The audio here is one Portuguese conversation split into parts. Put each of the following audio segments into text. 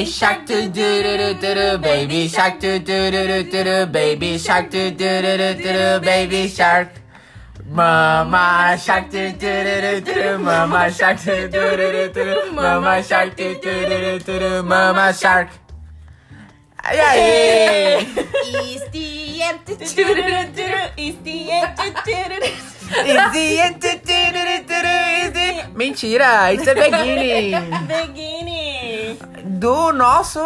shark do do do do do, baby shark do do do do do, baby shark do do do do do, baby shark. Mama shark do do do do do, mama shark do do do do do, mama shark do do do do do, mama shark. E aí? It's the end. It's the end. Mentira, isso é beginning. Beginning. Do nosso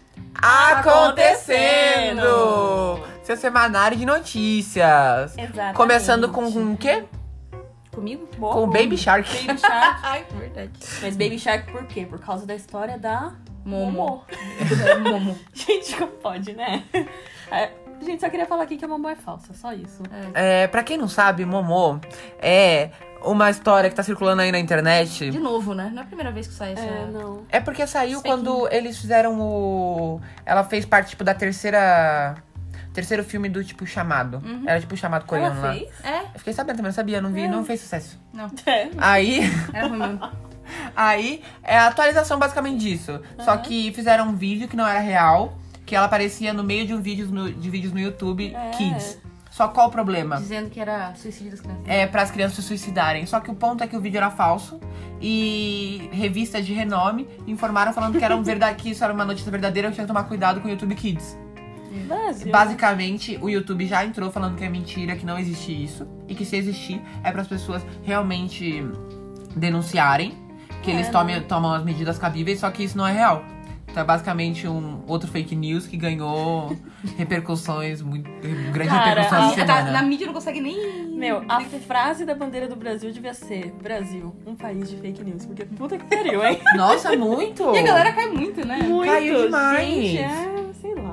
Acontecendo. Seu semanário de notícias. Exatamente. Começando com o quê? Comigo? Com o Baby Shark. Baby Shark. Ai, verdade. Mas Baby Shark por quê? Por causa da história da Momo. Momo. Gente, como pode, né? Gente, só queria falar aqui que a Momo é falsa, só isso. Pra quem não sabe, Momô é uma história que tá circulando aí na internet. De novo, né? Não é a primeira vez que sai essa... Não. É porque saiu Sei quando eles fizeram o... Ela fez parte, tipo, da terceiro filme do, tipo, Chamado. Era, tipo, Chamado coreano Ela lá. fez? É? Eu fiquei sabendo também, não sabia, não vi, não fez sucesso. Não. Aí... Era ruim mesmo. Aí, é a atualização basicamente disso. Só que fizeram um vídeo que não era real, que ela aparecia no meio de vídeos no YouTube Kids. Só qual o problema? Dizendo que era suicídio das crianças. É para as crianças se suicidarem. Só que o ponto é que o vídeo era falso e revistas de renome informaram falando que isso era uma notícia verdadeira, eu tinha que tomar cuidado com o YouTube Kids. Basicamente, o YouTube já entrou falando que é mentira, que não existe isso. E que se existir, é para as pessoas realmente denunciarem. Que eles tomam as medidas cabíveis, só que isso não é real. Então é basicamente um outro fake news que ganhou repercussões, grande repercussão essa semana. Na mídia não consegue nem... Meu, a frase da bandeira do Brasil devia ser: Brasil, um país de fake news. Porque puta que pariu, hein? Nossa, muito! E a galera cai muito, né? Muito, Caiu demais. Gente, sei lá.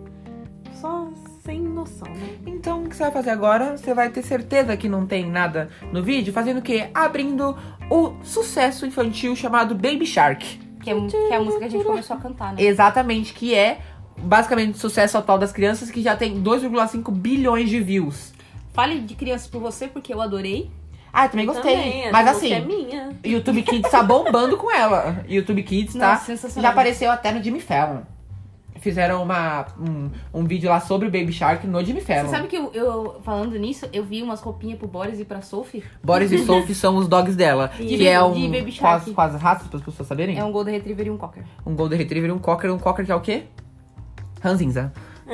Só sem noção, né? Então, o que você vai fazer agora? Você vai ter certeza que não tem nada no vídeo? Fazendo o quê? Abrindo o sucesso infantil chamado Baby Shark. Que é a música que a gente começou a cantar, né? Exatamente, que é basicamente o sucesso atual das crianças, que já tem 2,5 bilhões de views. Fale de crianças por você, porque eu adorei. Ah, eu também gostei. Também, mas essa assim, música é minha. YouTube Kids tá bombando com ela. YouTube Kids tá... Nossa, sensacional. Já apareceu até no Jimmy Fallon. Fizeram um vídeo lá sobre o Baby Shark no Jimmy Fallon. Você sabe que eu falando nisso, eu vi umas roupinhas pro Boris e pra Sophie. Boris e Sophie são os dogs dela. De que é Baby Shark. Quais raças, para as pessoas saberem? É um Golden Retriever e um Cocker. Um Golden Retriever e um Cocker. Um Cocker que é o quê? Ranzinza.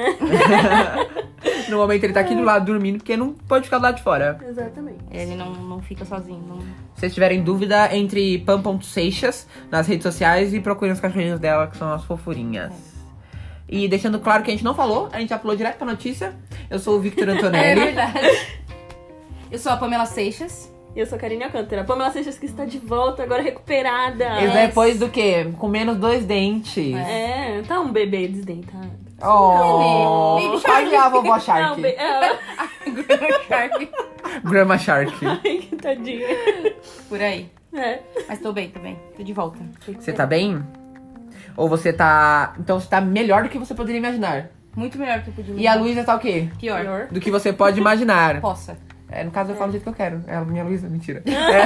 No momento ele tá aqui do lado dormindo, porque não pode ficar do lado de fora. Exatamente. Ele não fica sozinho. Não... Se vocês tiverem dúvida, entre Pam.Seixas nas redes sociais e procurem os cachorrinhos dela, que são as fofurinhas. E deixando claro que a gente não falou, a gente já pulou direto pra notícia. Eu sou o Victor Antonelli. É verdade. Eu sou a Pamela Seixas. E eu sou a Karine Alcântara. Pamela Seixas, que está de volta, agora recuperada. E depois do quê? Com menos 2 dentes. Tá um bebê desdentado. Oh, Baby Shark. olha a vovó Shark. Shark. Grandma Shark. Ai, que tadinha. Por aí. É. Mas tô bem. Tô de volta. Você tá bem? Ou você tá... Então você tá melhor do que você poderia imaginar. Muito melhor do que eu podia E a Luísa tá o quê? Pior. Do que você pode imaginar. Possa. No caso eu falo do jeito que eu quero. É a minha Luísa, mentira.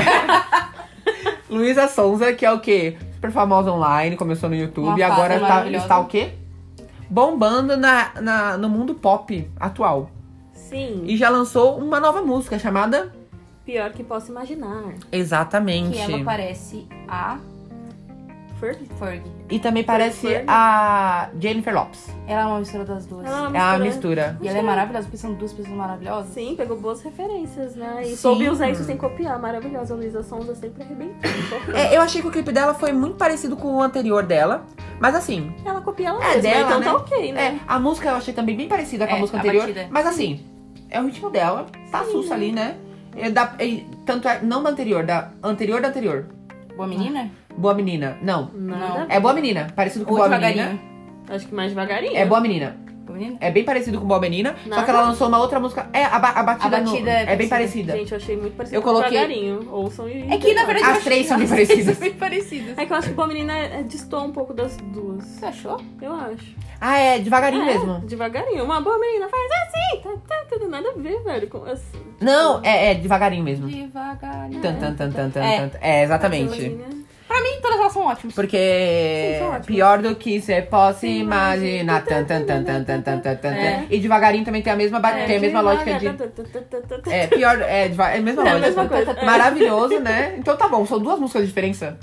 Luísa Sonza, que é o quê? Super famosa online, começou no YouTube. Uma E agora fase maravilhosa. está o quê? Bombando no mundo pop atual. Sim. E já lançou uma nova música chamada... Pior que posso imaginar. Exatamente. Que ela parece a Fergie. E também parece Fergie. a Jennifer Lopez. Ela é uma mistura das duas. Ela É uma mistura. E ela é maravilhosa, porque são duas pessoas maravilhosas. Sim, pegou boas referências, né? E Sim. soube usar isso sem copiar. Maravilhosa. A Luísa Sonza sempre arrebentando. Eu achei que o clipe dela foi muito parecido com o anterior dela. Mas assim, Ela copia ela é mesma, dela, então né? tá ok, né? A música eu achei também bem parecida com a música a anterior. batida. Mas assim, é o ritmo dela. Tá sussa ali, né? Tanto é, não da anterior, da anterior da anterior. Boa menina? Boa Menina. Não. Nada. É Boa Menina. Parecido com Ou Boa devagarinho. Menina. Acho que mais devagarinho. É Boa Menina. Boa menina? É bem parecido com Boa Menina. Só Nada. que ela lançou uma outra música. A batida, A batida é é bem parecida. Gente, eu achei muito parecido Eu com coloquei- devagarinho. Ouçam e... É que, na verdade, As três são bem parecidas. São bem parecidas. É que eu acho que Boa Menina distou um pouco das duas. Você achou? Eu acho. É devagarinho mesmo. Devagarinho. Uma boa menina faz assim. Tudo nada a ver, velho. Com assim. Não, é devagarinho mesmo. Devagarinho. Tan, tan, tan, tan, tan, É. tan. É, exatamente. Aquela linha. Pra mim, todas elas são ótimas. Porque Sim, são ótimas. pior do que você possa imaginar. Tan, tan, tan, tan, tan, tan, tan, tan. E devagarinho também tem a mesma, tem a mesma lógica de... pior... É a mesma lógica. a mesma coisa. Maravilhoso, né? Então tá bom, são 2 músicas de diferença.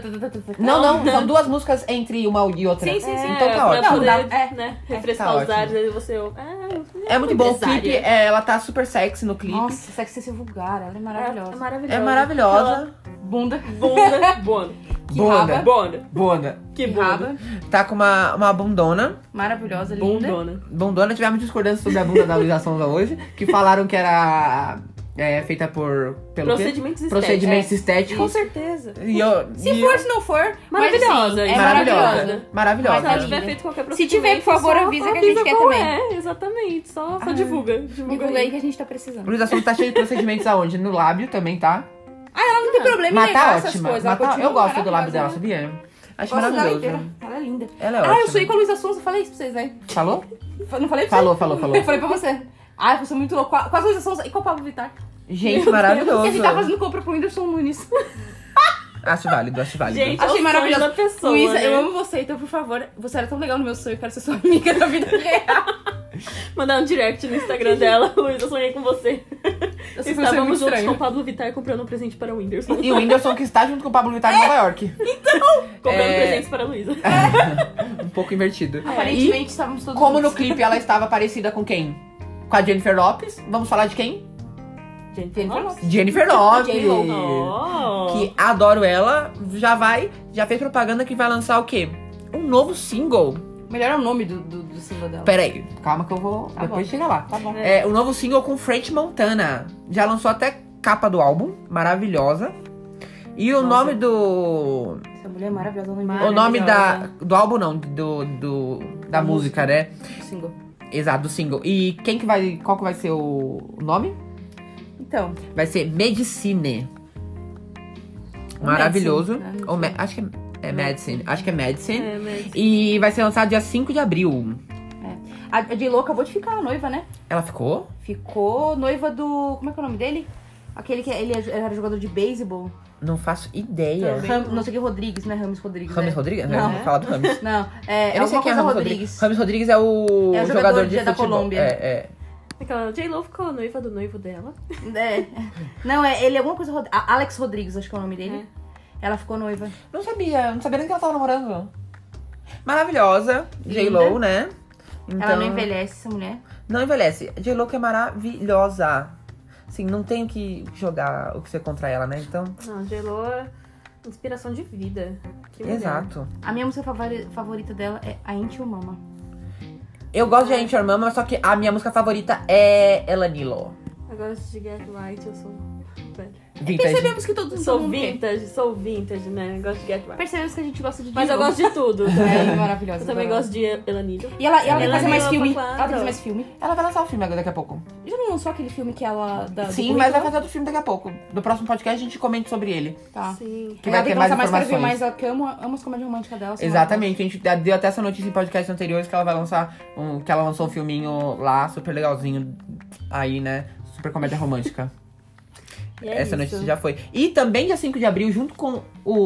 Não, são 2 músicas entre uma e outra. Sim. Então tá ótimo. Pra poder, Não, né, refrescar tá os ótimo. ares, aí você... É muito bom. O empresária. clipe, ela tá super sexy no clipe. Nossa, sexy ser vulgar, ela é maravilhosa. É maravilhosa. É maravilhosa. Bunda. Bunda. Que raba. Bunda. Que Que bunda. raba. Tá com uma bundona. Maravilhosa, linda. Bundona. Tivemos discordância sobre a bunda da Luísa Sonza hoje. Que falaram que era feita pelo quê? Procedimentos estéticos. Procedimentos estéticos. Com certeza. Se for, se não for, Maravilhosa. mas, assim, é Maravilhosa. maravilhosa. Se ela Mas tiver linda. feito qualquer Se procedimento... tiver, por favor, só avisa que a gente quer qual também. É, exatamente. Só divulga. Divulga aí que a gente tá precisando. Luísa Sonza tá cheia de procedimentos aonde? No lábio também, tá? Ela não tem problema em Mas negar tá essas ótima. coisas. Mas Ela tá- eu continua gosto do lábio dela, maravilhosa. sabia? Acho Gosto dela maravilhoso. inteira. Ela é linda. Ela é ótima. Eu sonhei com a Luísa Sonza. Falei isso pra vocês, né? Falou? Não falei pra vocês? Falou. Eu falei pra você. Ai, eu sou muito louca. Com a Luísa Sonza e com o Pablo Vittar. Gente, Porque maravilhoso. a gente tá fazendo compra pro Whindersson Nunes. Acho válido. Gente, Achei é o maravilhoso. sonho da pessoa, Luísa, né? eu amo você, então por favor, você era tão legal no meu sonho, eu quero ser sua amiga na vida real. Mandar um direct no Instagram dela. Luísa, sonhei com você. Eu sei que foi Estávamos muito juntos estranho. com o Pablo Vittar comprando um presente para o Whindersson. E o Whindersson que está junto com o Pablo Vittar em Nova York. Comprando presentes para a Luísa. Um pouco invertido. Aparentemente estávamos E todos como no juntos. clipe ela estava parecida com quem? Com a Jennifer Lopez. Vamos falar de quem? Jennifer Lopez. Jennifer Lopez. Oh. Que adoro ela. Já fez propaganda que vai lançar o quê? Um novo single. Melhor é o nome do single dela. Pera aí, calma que eu vou Tá depois bom. chegar lá. Tá bom. É, o novo single com French Montana. Já lançou até capa do álbum. Maravilhosa. E o nome do... Essa mulher é maravilhosa. O nome do álbum não, da música, né? Single. Exato, do single. E qual que vai ser o nome? Então, Vai ser Medicine. Ou Maravilhoso. Medicine, né? Ou acho que é Medicine. Acho que é Medicine. É, mas... E vai ser lançado dia 5 de abril. a J.Lo acabou de ficar noiva, né? Ela ficou? Ficou noiva do... Como é que é o nome dele? Aquele que ele era jogador de beisebol. Não faço ideia. Não sei o que, Rodrigues, né? Rames Rodrigues. Rames né? Rodrigues? Não. Vamos falar do Rames. Não, é Eu não sei alguma quem é coisa Rames Rodrigues. Rodrigues. Rames Rodrigues é o É o jogador de da futebol. Colômbia. Aquela J.Lo ficou noiva do noivo dela. É. Não, ele é alguma coisa... Alex Rodrigues, acho que é o nome dele. Ela ficou noiva. Não sabia nem que ela tava namorando. Maravilhosa. J.Lo, né? Então, Ela não envelhece, essa mulher. Não envelhece. J.Lo que é maravilhosa. Assim, não tenho que jogar o que você contra ela, né? Então, Não, J.Lo é inspiração de vida. Que mulher. exato. A minha música favorita dela é A Ain't Your Mama. Eu gosto de Ain't Your Mama, mas só que a minha música favorita é Elanilo. Eu gosto de Get Right, eu sou velha. Vintage. Percebemos que todos Sou mundo vintage, né? Eu gosto de Get Right. Percebemos que a gente gosta de Mas eu J.Lo. gosto de tudo. É maravilhosa. Eu também gosto de Elanilho. E ela vai fazer mais Ela filme. quatro. Ela vai fazer mais filme. Ela vai lançar um filme daqui a pouco. Já não lançou aquele filme que ela... do Sim, currículo? mas vai fazer outro filme daqui a pouco. No próximo podcast a gente comenta sobre ele. Tá. Sim. Que Ela vai tem ter que mais lançar mais, quero ver informações. mais. Ela que amo as comédias românticas dela. são Exatamente, a gente deu até essa notícia em podcasts anteriores que ela vai lançar que ela lançou um filminho lá, super legalzinho aí, né? Super comédia romântica. E é Essa isso. notícia já foi. E também dia 5 de abril, junto com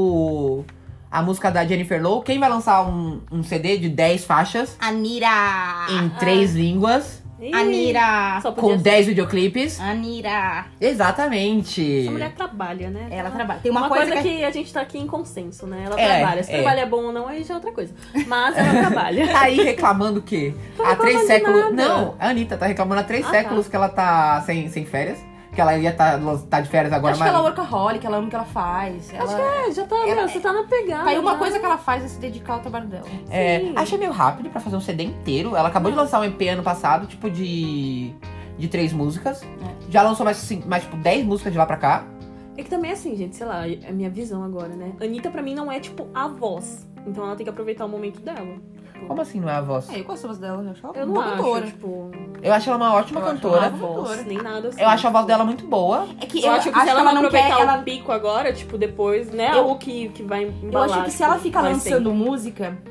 a música da Jennifer Lopez, quem vai lançar um CD de 10 faixas Anira! em 3 línguas, Ih, Anira! Só podia com ser. 10 videoclipes. Anira! Exatamente. Essa mulher trabalha, né? Ela trabalha. Tem uma Uma coisa coisa que... que a gente tá aqui em consenso, né? Ela É, trabalha. Se é. trabalho é bom ou não, aí já é outra coisa. Mas ela trabalha. Tá aí reclamando o quê? Há 3 reclamando séculos. nada. Não, a Anitta tá reclamando há 3 Ah, séculos tá. que ela tá sem férias. Que ela ia tá de férias agora, Acho que ela é workaholic, ela ama o que ela faz. Acho Ela... que já tá, Ela- você tá na pegada. Tá aí uma já. coisa que ela faz é se dedicar ao trabalho dela. É, Sim. achei meio rápido pra fazer um CD inteiro. Ela acabou de lançar um EP ano passado, tipo de 3 músicas. Já lançou mais tipo 10 músicas de lá pra cá. É que também assim, gente, sei lá, é a minha visão agora, né? Anitta pra mim não é tipo a voz. Então ela tem que aproveitar o momento dela. Como assim não é a voz? É, eu gosto da voz dela, eu acho ela Eu não boa acho, cantora. tipo, Eu acho ela uma ótima Eu acho cantora. a ela voz, cantora. nem nada assim. Eu acho a voz dela muito boa. É que Eu acho que se ela não não quer, aproveitar ela... o pico agora, tipo, depois, né? Eu- Algo que vai Eu embalar. acho que se tipo, ela ficar mais lançando tempo. música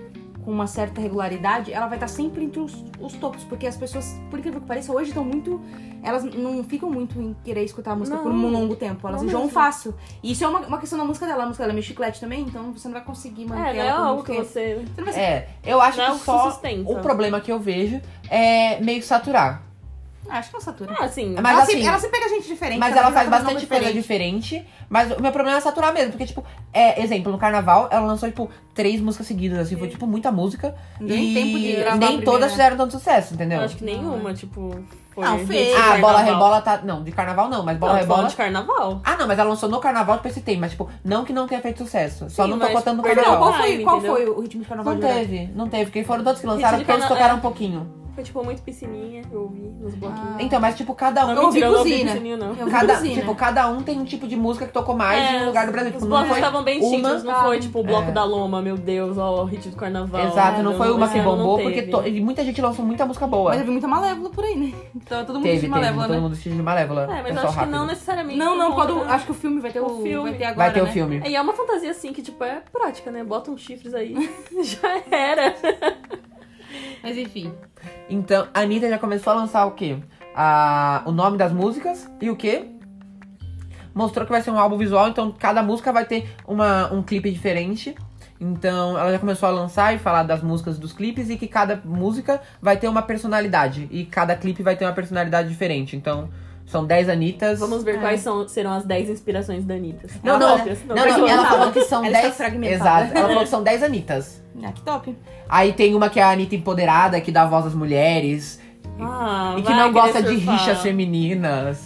com uma certa regularidade, ela vai estar sempre entre os topos, porque as pessoas, por incrível que pareça, hoje estão muito... Elas não ficam muito em querer escutar a música por um longo tempo, elas enjoam fácil. E isso é uma questão da música dela, a música dela é meio chiclete também, então você não vai conseguir manter ela não é algo que você... eu acho não que só sustenta. o problema que eu vejo é meio que saturar. Acho que não satura. Assim, Mas ela se pega gente diferente. Mas ela faz bastante coisa diferente. Mas o meu problema é saturar mesmo. Porque, tipo, exemplo, no carnaval, ela lançou, tipo, 3 músicas seguidas, assim. Foi, tipo, muita música. Nem tempo de gravar nem todas fizeram tanto sucesso, entendeu? Eu acho que nenhuma, tipo... Foi não, fez. Bola Rebola tá... Não, de carnaval não, mas Bola Rebola... de carnaval. Ah, não, mas ela lançou no carnaval, tipo, esse tem. Mas, tipo, não que não tenha feito sucesso. Só Sim, não tô contando no Não, carnaval. qual foi o ritmo de carnaval? Não teve. Porque foram todos que lançaram, porque eles tocaram um pouquinho. Foi, tipo, muito piscininha, eu ouvi nos bloquinhos. Então, mas, tipo, cada um... Eu ouvi buzina. Cada um tem um tipo de música que tocou mais em um lugar do Brasil. Tipo, os blocos estavam bem distintos, não foi, tipo, o bloco da Loma, meu Deus, ó, o hit do carnaval. Exato, não foi uma que bombou, porque muita gente lançou muita música boa. Mas eu vi muita Malévola por aí, né? Então todo mundo teve de Malévola, todo mundo vestido de Malévola. Mas eu acho que não necessariamente. Acho que o filme vai ter o filme. Vai ter agora, vai ter o filme. E é uma fantasia, assim, que, tipo, é prática, né? Bota uns chifres aí, já era. Mas enfim. Então, a Anitta já começou a lançar o quê? O nome das músicas e o quê? Mostrou que vai ser um álbum visual, então cada música vai ter um clipe diferente. Então, ela já começou a lançar e falar das músicas dos clipes e que cada música vai ter uma personalidade. E cada clipe vai ter uma personalidade diferente. Então, são 10 Anitas. Vamos ver quais serão as 10 inspirações da Anitta. Não, ela falou que são 10... Exato, ela falou que são 10 Anitas. Que top. Aí tem uma que é a Anitta empoderada, que dá voz às mulheres. E que não gosta de rixas femininas.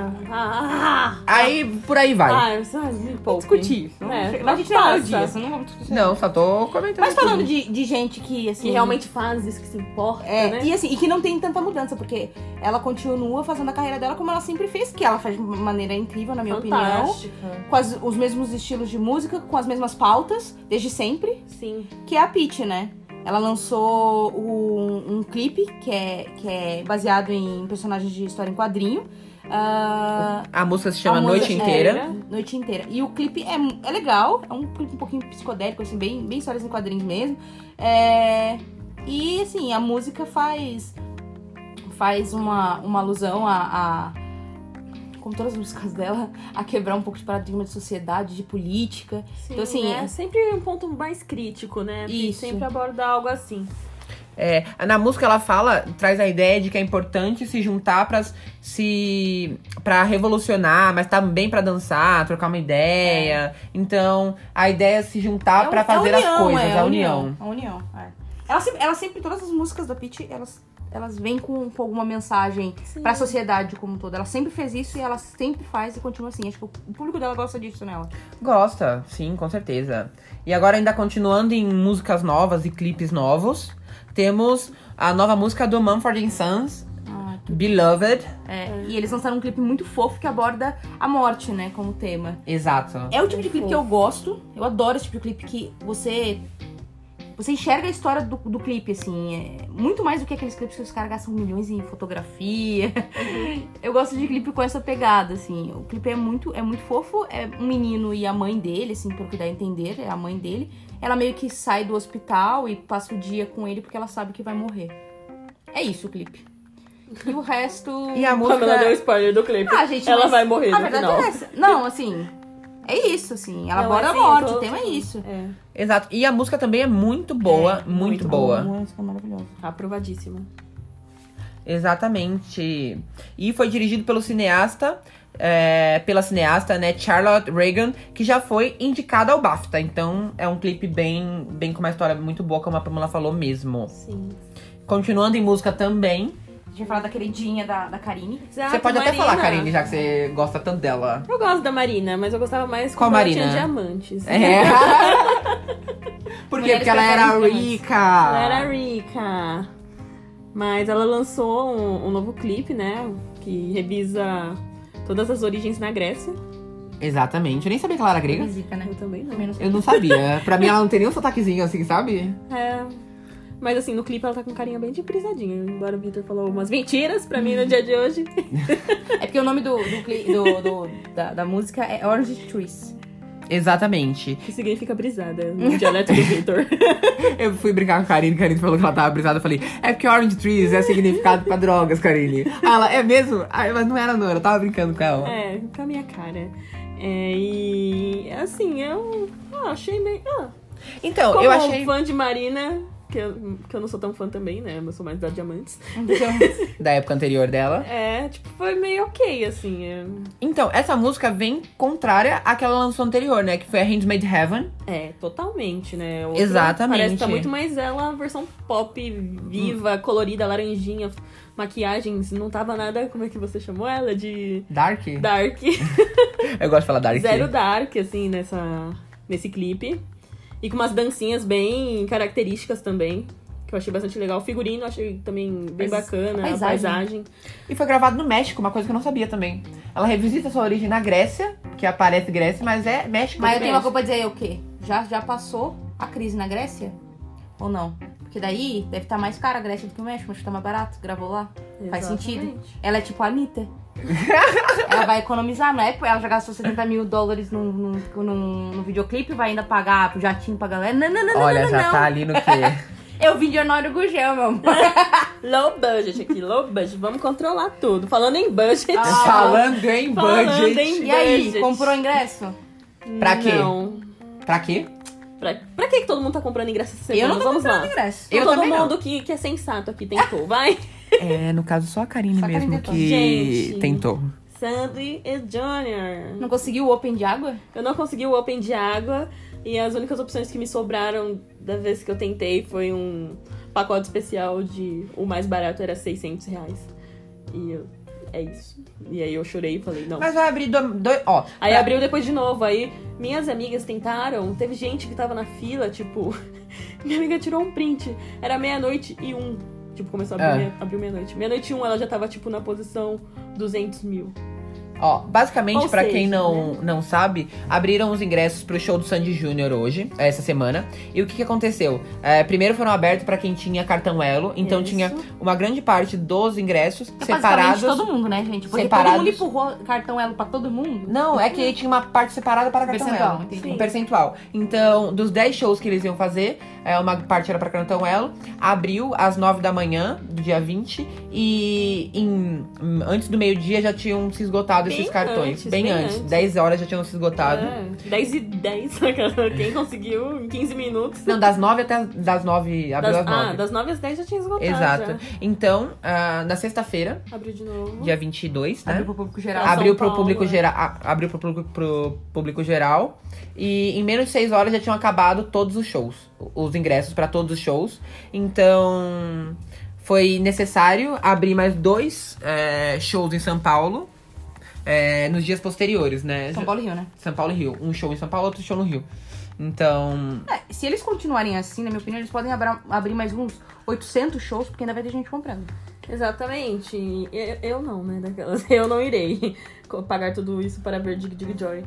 Aí, por aí vai. Vamos discutir. A gente não é disso, não vamos discutir. Não, só tô comentando. Mas falando de gente que, assim... Que realmente faz isso, que se importa, né? E assim, e que não tem tanta mudança, porque ela continua fazendo a carreira dela como ela sempre fez, que ela faz de maneira incrível, na minha opinião. Com os mesmos estilos de música, com as mesmas pautas, desde sempre. Sim. Que é a Pitty, né? Ela lançou um clipe que é baseado em personagens de história em quadrinho. A música se chama Noite Inteira. Noite Inteira. E o clipe é legal. É um clipe um pouquinho psicodélico, assim, bem histórias em quadrinhos mesmo. E, assim, a música faz uma alusão como todas as músicas dela, a quebrar um pouco de paradigma de sociedade, de política. Sim, então, assim, é sempre um ponto mais crítico, né? Isso. Sempre aborda algo assim. Na música ela traz a ideia de que é importante se juntar pra revolucionar, mas também pra dançar, trocar uma ideia. Então, a ideia é se juntar pra fazer as coisas, a união. A união, Ela sempre, todas as músicas da Pitty, elas vêm com alguma mensagem pra sociedade como um todo. Ela sempre fez isso e ela sempre faz e continua assim. Acho que o público dela gosta disso nela. Gosta, sim, com certeza. E agora, ainda continuando em músicas novas e clipes novos, temos a nova música do Mumford & Sons, Beloved. E eles lançaram um clipe muito fofo que aborda a morte, né, como tema. Exato. É o tipo de clipe que eu gosto. Eu adoro esse tipo de clipe que você enxerga a história do clipe, assim. Muito mais do que aqueles clipes que os caras gastam milhões em fotografia. Eu gosto de clipe com essa pegada, assim. O clipe é muito fofo. É um menino e a mãe dele, assim, pelo que dá a entender. É a mãe dele. Ela meio que sai do hospital e passa o dia com ele porque ela sabe que vai morrer. É isso o clipe. E o resto... E a música... Ela deu spoiler do clipe. Gente, ela vai morrer no final. É essa. Não, assim... É isso, assim. Ela aborda a morte. O tema é isso. Exato. E a música também é muito boa. Muito boa. A música é maravilhosa. Aprovadíssima. Exatamente. E foi dirigido pela cineasta, né, Charlotte Regan, que já foi indicada ao BAFTA. Então, é um clipe bem com uma história muito boa, como a Pamela falou mesmo. Sim. Continuando em música também... A gente vai falar da queridinha da Karine. Exato, você pode Marina. até falar, Karine, já que você gosta tanto dela. Eu gosto da Marina, mas eu gostava mais quando ela Marina? tinha diamantes. Por quê? Porque ela era rica. Ela era rica. Mas ela lançou um novo clipe, né? Que revisa todas as origens na Grécia. Exatamente. Eu nem sabia que ela era grega. Zica, né? Eu também não. Eu não sabia. Pra mim, ela não tem nenhum sotaquezinho assim, sabe? Mas assim, no clipe ela tá com carinha bem de brisadinha. Embora o Victor falou umas mentiras pra mim no dia de hoje. É porque o nome da música é Orange Trees. Exatamente. Que significa brisada, no dialeto do Victor. Eu fui brincar com a Karine falou que ela tava brisada. Eu falei, é porque Orange Trees é significado pra drogas, Karine. Ela, é mesmo? Mas não era não, eu tava brincando com ela. É, com a minha cara. E assim, eu achei meio... Então, como eu achei... fã de Marina, que eu não sou tão fã também, né? Eu sou mais da Diamantes. Da época anterior dela. Tipo, foi meio ok, assim. Então, essa música vem contrária à que ela lançou anterior, né? Que foi a Handmaid's Heaven. Totalmente, né? Exatamente. Parece que tá muito mais ela, a versão pop, viva, colorida, laranjinha, maquiagens. Não tava nada, como é que você chamou ela? De... Dark? Dark. Eu gosto de falar dark. Zero dark, assim, nesse clipe. E com umas dancinhas bem características também, que eu achei bastante legal. O figurino eu achei também bem bacana, a paisagem. E foi gravado no México, uma coisa que eu não sabia também. Ela revisita sua origem na Grécia, que aparece Grécia, mas é México. Mas eu tenho uma coisa pra dizer, o quê? Já passou a crise na Grécia? Ou não? Porque daí deve estar mais cara a Grécia do que o México, mas tá mais barato, gravou lá. Exatamente. Faz sentido. Ela é tipo a Anitta. Ela vai economizar, não é? Ela já gastou $70 mil no videoclipe, vai ainda pagar pro jatinho pra galera. Não, Olha, não, já não. tá ali no quê? Eu vim de Honório Gugel, meu amor. Low budget aqui, low budget. Vamos controlar tudo. Falando em budget. Falando em budget. E aí, comprou ingresso? Pra quê? Não. Pra quê? Pra que todo mundo tá comprando ingresso essa semana? Eu não tô Vamos comprando lá. ingresso. Eu Todo também não. mundo que é sensato aqui tentou, vai. No caso, só a Karine Só a Karine mesmo tentou. que Gente. tentou. Sandy e Junior. Não conseguiu o Open de água? Eu não consegui o Open de água. E as únicas opções que me sobraram da vez que eu tentei foi um pacote especial de... O mais barato era R$600. E é isso. E aí eu chorei e falei, não. Mas vai abrir Aí abriu depois de novo. Aí minhas amigas tentaram. Teve gente que tava na fila, tipo... Minha amiga tirou um print. Era 00:01. Tipo, começou a abrir meia-noite. 00:01 ela já tava, tipo, na posição 200 mil. Basicamente, Ou pra seja, quem não sabe, abriram os ingressos pro show do Sandy Júnior hoje, essa semana. E o que aconteceu? Primeiro foram abertos pra quem tinha cartão Elo, então Isso. tinha uma grande parte dos ingressos Basicamente separados. todo mundo, né, gente? Porque separados. todo mundo empurrou cartão Elo pra todo mundo. Não, é que tinha uma parte separada para cartão Percentual, Elo. entendi. Um percentual. Então, dos 10 shows que eles iam fazer, uma parte era para cartão Elo. Abriu às 9 da manhã, do dia 20. E antes do meio-dia já tinham se esgotado esses cartões. Bem antes. 10 horas já tinham se esgotado. 10:10. Quem conseguiu em 15 minutos. Não, das 9 até das 9. Abriu às 9. Das 9 às 10 já tinha esgotado. Exato. Já. Então, na sexta-feira, Abriu de novo. dia 22, né? Abriu pro público geral. Abriu São pro Paulo, público é. geral. Abriu pro público geral. E em menos de 6 horas já tinham acabado todos os shows. Os ingressos pra todos os shows. Então, foi necessário abrir mais 2 shows em São Paulo. Nos dias posteriores, né? São Paulo e Rio, né? São Paulo e Rio. Um show em São Paulo, outro show no Rio. Então... Se eles continuarem assim, na minha opinião, eles podem abrir mais uns 800 shows, porque ainda vai ter gente comprando. Exatamente. Eu não, né? Daquelas. Eu não irei pagar tudo isso para ver Dig Dig Joy.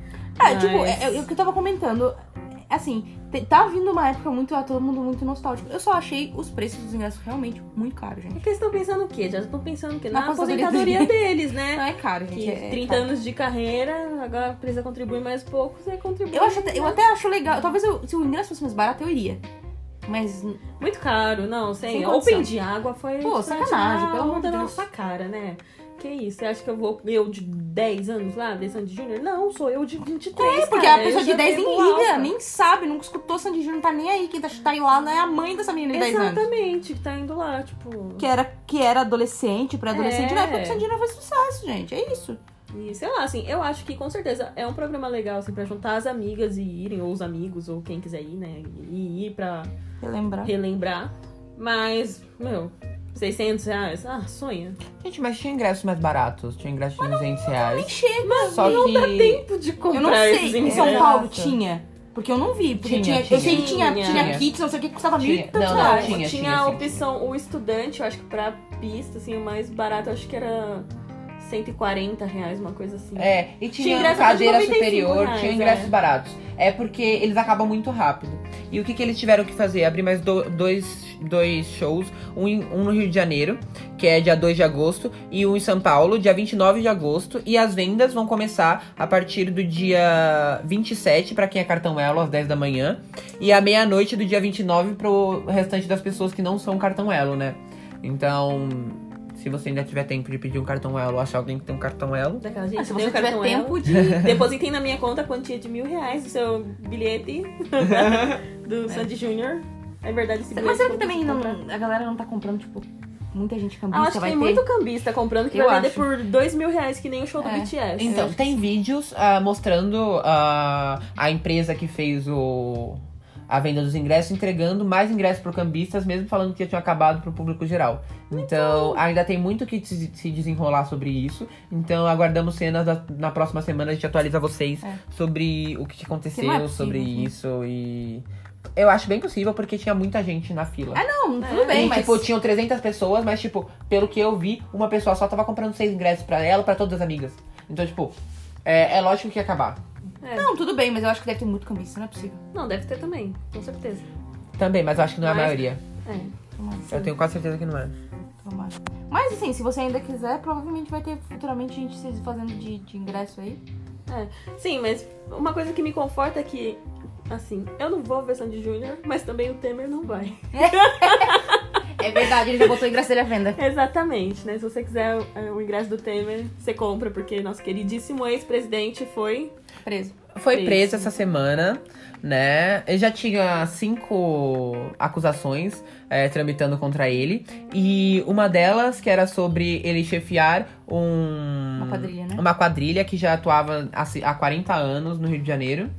O que eu tava comentando, assim, tá vindo uma época todo mundo muito nostálgico. Eu só achei os preços dos ingressos realmente muito caros, gente. Porque eles estão pensando o quê? Já estão pensando o quê? Na Na aposentadoria deles, né? Não, é caro, gente. Que 30 anos de carreira, agora precisa contribuir mais pouco, você contribui. Eu até acho legal. Talvez se o ingresso fosse mais barato, eu iria. Mas Muito caro, não, sem condição. Open de água foi... Pô, sacanagem, pelo amor de da Deus. nossa cara, né? Que isso? Você acha que eu de 10 anos lá, ver Sandy Júnior? Não, sou eu de 23, porque cara. a pessoa Eu de já 10 nem bebo liga, álcool. nem sabe, nunca escutou Sandy Júnior, não tá nem aí. Quem tá aí lá é a mãe dessa menina de 10 anos. Exatamente, que tá indo lá, tipo... Que era adolescente, pré-adolescente, na época que Sandy Júnior foi sucesso, gente. É isso. E sei lá, assim, eu acho que com certeza é um programa legal, assim, pra juntar as amigas e irem, ou os amigos, ou quem quiser ir, né? E ir pra relembrar. Mas, meu, R$600, sonha. Gente, mas tinha ingressos mais baratos. Tinha ingressos de R$200. Nem chega. Só não que... dá tempo de comprar Eu não esses sei, em ingressos. São Paulo Exato. tinha. Porque eu não vi. Porque Tinha. eu sei que tinha Tinha. kits, não sei o que, custava Tinha. 1.000 Não, reais. tinha, a sim. opção, o estudante, eu acho que pra pista, assim, o mais barato, eu acho que era 140 reais, uma coisa assim. E tinha cadeira superior, reais, tinha ingressos baratos. É porque eles acabam muito rápido. E o que eles tiveram que fazer? Abrir mais dois shows, um no Rio de Janeiro, que é dia 2 de agosto, e um em São Paulo, dia 29 de agosto. E as vendas vão começar a partir do dia 27, pra quem é cartão Elo, às 10 da manhã. E à meia-noite do dia 29 pro restante das pessoas que não são cartão Elo, né? Então, se você ainda tiver tempo de pedir um cartão Elo, achar alguém que tem um cartão Elo. Daquela gente, se você tiver tempo de... Depositem na minha conta a quantia de R$1.000 do seu bilhete do Sandy Júnior. É verdade, esse bilhete. Mas será que também a galera não tá comprando, tipo, muita gente cambista? Acho que tem muito cambista comprando que vai vender por R$2.000, que nem o show do BTS. Então, tem vídeos mostrando a empresa que fez a venda dos ingressos, entregando mais ingressos pro cambistas, mesmo falando que já tinha acabado pro público geral. Então, ainda tem muito que se desenrolar sobre isso. Então, aguardamos cenas na próxima semana, a gente atualiza vocês sobre o que aconteceu, é possível, sobre isso. E eu acho bem possível, porque tinha muita gente na fila. Tudo bem, mas... tipo, tinham 300 pessoas, mas, tipo, pelo que eu vi, uma pessoa só tava comprando 6 ingressos pra ela, pra todas as amigas. Então, tipo, é lógico que ia acabar. Não, tudo bem, mas eu acho que deve ter muito cambista, não é possível. Não, deve ter também, com certeza. Também, mas eu acho que não é a maioria. Mas, Eu tenho quase certeza que não é. Mas assim, se você ainda quiser, provavelmente vai ter futuramente gente se fazendo de ingresso aí. Sim, mas uma coisa que me conforta é que, assim, eu não vou ver Sandy Júnior, mas também o Temer não vai. É verdade, ele já botou o ingresso dele à venda. Exatamente, né? Se você quiser o ingresso do Temer, você compra, porque nosso queridíssimo ex-presidente foi preso. Foi preso essa semana, né? Ele já tinha 5 acusações tramitando contra ele. E uma delas, que era sobre ele chefiar uma quadrilha, né? Uma quadrilha que já atuava há 40 anos no Rio de Janeiro.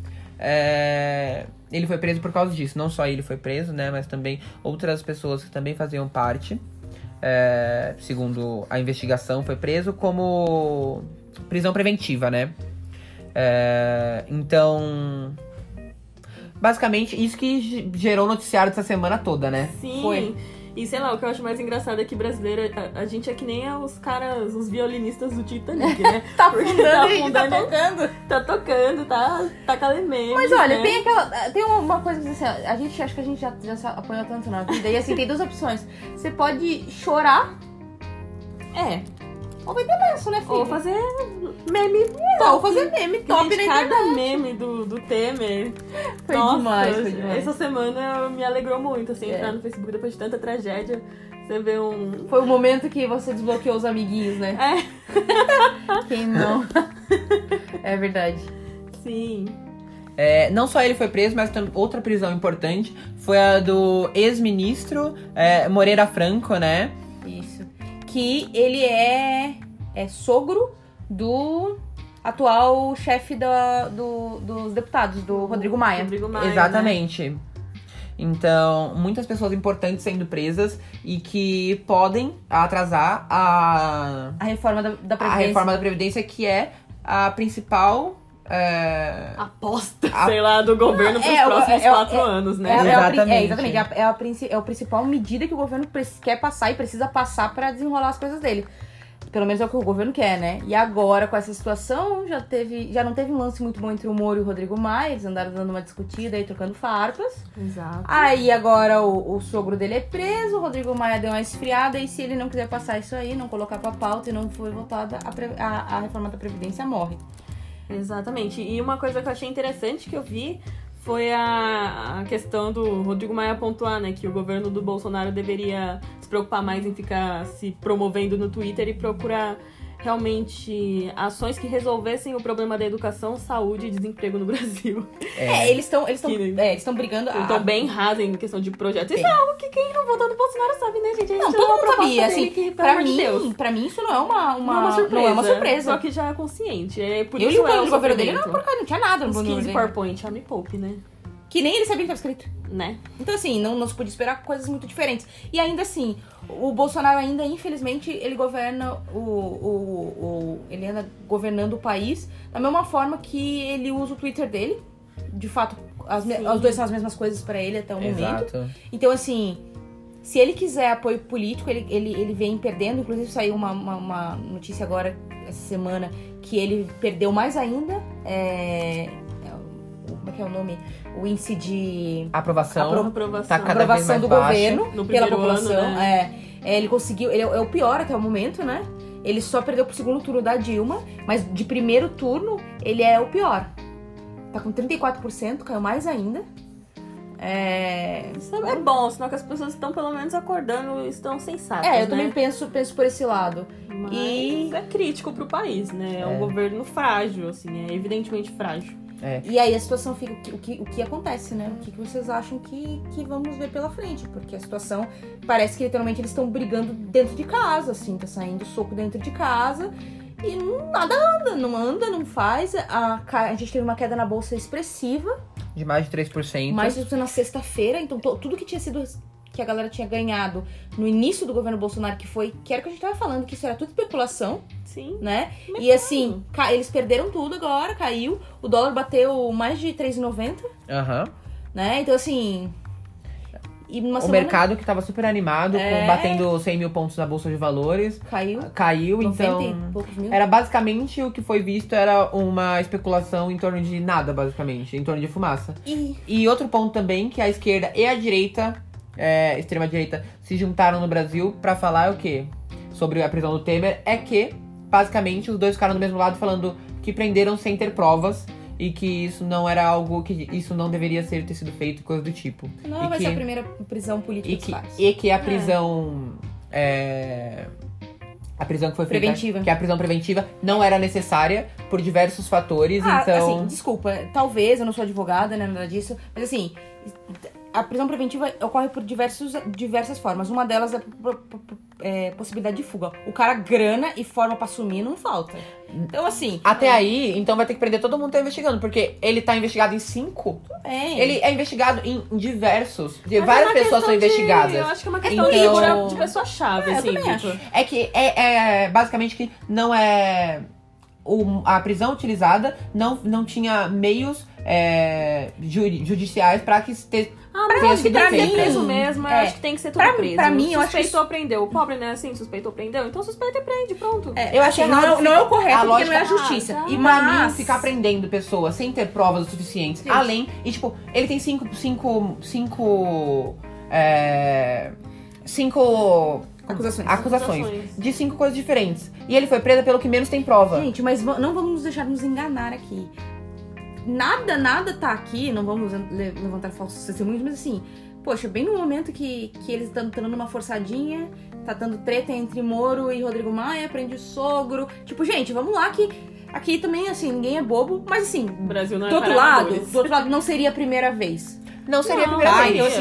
Ele foi preso por causa disso. Não só ele foi preso, né? Mas também outras pessoas que também faziam parte. Segundo a investigação, foi preso como prisão preventiva, né? Então, basicamente, isso que gerou o noticiário dessa semana toda, né? Sim. Foi. E sei lá, o que eu acho mais engraçado é que brasileiro, a gente é que nem os caras, os violinistas do Titanic, né? Tá afundando, tá tocando. Tá tocando, tá calemendo. Mas olha, né? Tem uma coisa que assim, a gente acho que a gente já apanhou tanto na vida. E assim, tem 2 opções. Você pode chorar. Ou vender lenço, né, filho? Ou fazer meme top. Ou fazer meme top na internet. Cada meme do Temer. Foi demais, foi demais. Essa semana me alegrou muito, assim, entrar no Facebook depois de tanta tragédia. Você vê Foi o momento que você desbloqueou os amiguinhos, né? Quem não? É verdade. Sim. Não só ele foi preso, mas outra prisão importante foi a do ex-ministro Moreira Franco, né? Isso. Que ele é sogro do atual chefe dos deputados, do Rodrigo Maia. Exatamente. Né? Então, muitas pessoas importantes sendo presas e que podem atrasar a reforma da Previdência. A reforma da Previdência, que é a principal... aposta, sei lá, do governo pros próximos 4 anos, né? Exatamente. É a principal medida que o governo quer passar e precisa passar pra desenrolar as coisas dele. Pelo menos é o que o governo quer, né? E agora, com essa situação, já não teve um lance muito bom entre o Moro e o Rodrigo Maia. Eles andaram dando uma discutida aí, trocando farpas. Exato. Aí agora o sogro dele é preso, o Rodrigo Maia deu uma esfriada. E se ele não quiser passar isso aí, não colocar pra pauta e não for votada, a reforma da Previdência morre. Exatamente. E uma coisa que eu achei interessante que eu vi foi a questão do Rodrigo Maia pontuar, né, que o governo do Bolsonaro deveria se preocupar mais em ficar se promovendo no Twitter e procurar realmente ações que resolvessem o problema da educação, saúde e desemprego no Brasil. Eles estão brigando... Eles estão bem rasos em questão de projetos. Isso é algo que quem não votou no Bolsonaro sabe, né, gente? Não, todo mundo sabia, assim, pra mim isso não é uma surpresa. Não é uma surpresa. Só que já é consciente. Por eu isso li o plano de governo dele, não tinha nada no plano de governo. PowerPoint, me poupe, né? Que nem ele sabia que estava escrito. Né? Então, assim, não se podia esperar coisas muito diferentes. E ainda assim, o Bolsonaro ainda, infelizmente, ele governa ele anda governando o país da mesma forma que ele usa o Twitter dele. De fato, os dois são as mesmas coisas pra ele até o momento. Então, assim, se ele quiser apoio político, ele vem perdendo. Inclusive, saiu uma notícia agora essa semana que ele perdeu mais ainda. Como é que é o nome? O índice de aprovação tá cada vez aprovação mais do baixa. governo pela população. Ano, né? Ele conseguiu, ele é o pior até o momento, né? Ele só perdeu pro segundo turno da Dilma, mas de primeiro turno ele é o pior. Tá com 34%, caiu mais ainda. Isso é bom, senão que as pessoas estão pelo menos acordando e estão sensatas, eu também penso por esse lado. Mas E é crítico pro país, né? É um governo frágil, assim, é evidentemente frágil. E aí a situação fica o que acontece, né? O que vocês acham que vamos ver pela frente? Porque a situação parece que literalmente eles estão brigando dentro de casa, assim, tá saindo soco dentro de casa e nada anda, não faz. A gente teve uma queda na bolsa expressiva. De mais de 3%. Mais de 3% na sexta-feira, então tudo que tinha sido. Que a galera tinha ganhado no início do governo Bolsonaro, que era o que a gente tava falando, que isso era tudo especulação. Sim. Né? E assim, eles perderam tudo agora, caiu. O dólar bateu mais de R$3,90. Né? Então assim. O mercado que tava super animado, batendo 100 mil pontos na Bolsa de Valores. Caiu, então. E poucos mil. Era basicamente o que foi visto, era uma especulação em torno de nada, basicamente. Em torno de fumaça. E outro ponto também, que a esquerda e a direita. Extrema-direita se juntaram no Brasil pra falar o quê? Sobre a prisão do Temer, é que, basicamente, os dois ficaram do mesmo lado falando que prenderam sem ter provas e que isso não era algo, que isso não deveria ter sido feito, coisa do tipo. Não vai ser a primeira prisão política que faz. E que a prisão... A prisão que foi feita, preventiva. Que a prisão preventiva não era necessária por diversos fatores, então... Assim, desculpa, talvez, eu não sou advogada, né, nada disso, mas assim, a prisão preventiva ocorre por diversas formas. Uma delas é possibilidade de fuga. O cara grana e forma pra sumir não falta. Então, assim... Até aí, então vai ter que prender todo mundo que tá investigando, porque ele tá investigado em 5. Ele é investigado em diversos. Várias pessoas são investigadas. Eu acho que é uma questão de pessoa-chave, assim. Eu também acho. É que basicamente que não é... A prisão utilizada não tinha meios judiciais pra que mas pra ser preso mesmo, eu acho que tem que ser tudo preso. Pra mim, eu acho que... Suspeitou, prendeu. O pobre não é assim, suspeitou, prendeu. Então suspeita e prende, pronto. Eu acho que não é o correto, porque não é a justiça. E pra mim, ficar prendendo pessoas sem ter provas o suficientes, além... E tipo, ele tem cinco acusações de 5 coisas diferentes. E ele foi preso pelo que menos tem prova. Gente, mas não vamos nos deixar nos enganar aqui. Nada tá aqui, não vamos levantar falsos testemunhos, mas assim, poxa, bem no momento que eles estão dando uma forçadinha, tá dando treta entre Moro e Rodrigo Maia, prende o sogro. Tipo, gente, vamos lá que aqui também, assim, ninguém é bobo, mas assim, o Brasil não do outro lado não seria a primeira vez. Não seria a primeira vez. Então,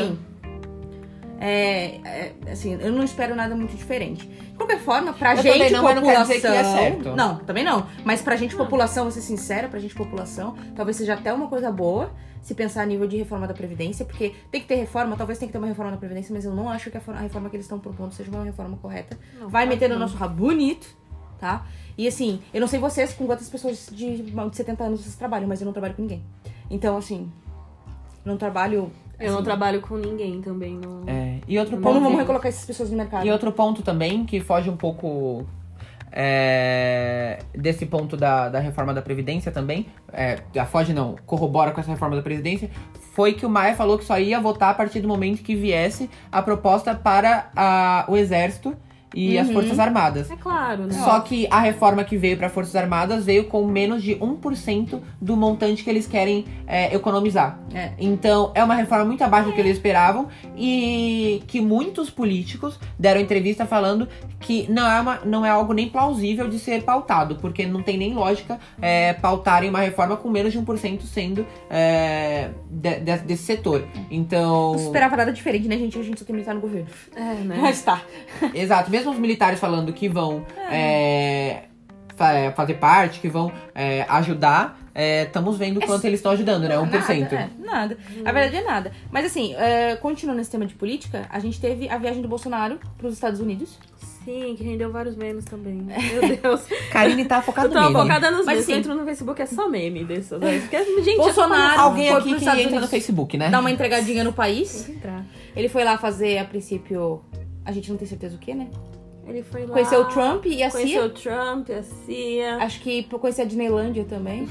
assim, eu não espero nada muito diferente. De qualquer forma, pra gente, não, população... Mas não quer dizer que é certo. Não, também não. Mas pra gente, população, vou ser sincera, pra gente, população, talvez seja até uma coisa boa se pensar a nível de reforma da Previdência, porque tem que ter reforma, talvez tenha que ter uma reforma da Previdência, mas eu não acho que a reforma que eles estão propondo seja uma reforma correta. Vai meter no nosso rabo bonito, tá? E assim, eu não sei vocês, com quantas pessoas de 70 anos vocês trabalham, mas eu não trabalho com ninguém. Então, assim, não trabalho... Eu não trabalho com ninguém também. Não... E outro ponto... Como vamos recolocar essas pessoas no mercado? E outro ponto também, que foge um pouco desse ponto da reforma da Previdência também, corrobora com essa reforma da Previdência, foi que o Maia falou que só ia votar a partir do momento que viesse a proposta para o Exército e as Forças Armadas. É claro, né? Só que a reforma que veio para as Forças Armadas veio com menos de 1% do montante que eles querem economizar. Então, é uma reforma muito abaixo do que eles esperavam e que muitos políticos deram entrevista falando que não é algo nem plausível de ser pautado, porque não tem nem lógica pautarem uma reforma com menos de 1% sendo desse setor. Então... Não esperava nada diferente, né, gente? A gente só tem militar no governo. Né? Mas tá. Exato. Mesmo os militares falando que vão fazer parte, que vão ajudar, estamos vendo o quanto eles estão ajudando, né? 1%. Nada. A verdade é nada. Mas assim, continuando nesse tema de política, a gente teve a viagem do Bolsonaro pros Estados Unidos. Sim, que rendeu vários memes também. Meu Deus. Karine tá focada no meme. Eu tô focada nos memes. Assim, eu entro no Facebook, é só meme desses. Porque, gente, Bolsonaro, alguém aqui que entra no Facebook, né? Dá uma entregadinha no país. Tem que entrar. Ele foi lá fazer, a princípio... A gente não tem certeza o que, né? Ele foi lá. Conheceu o Trump e a CIA. Conheceu o Trump e a CIA. Acho que conheceu a Disneylândia também.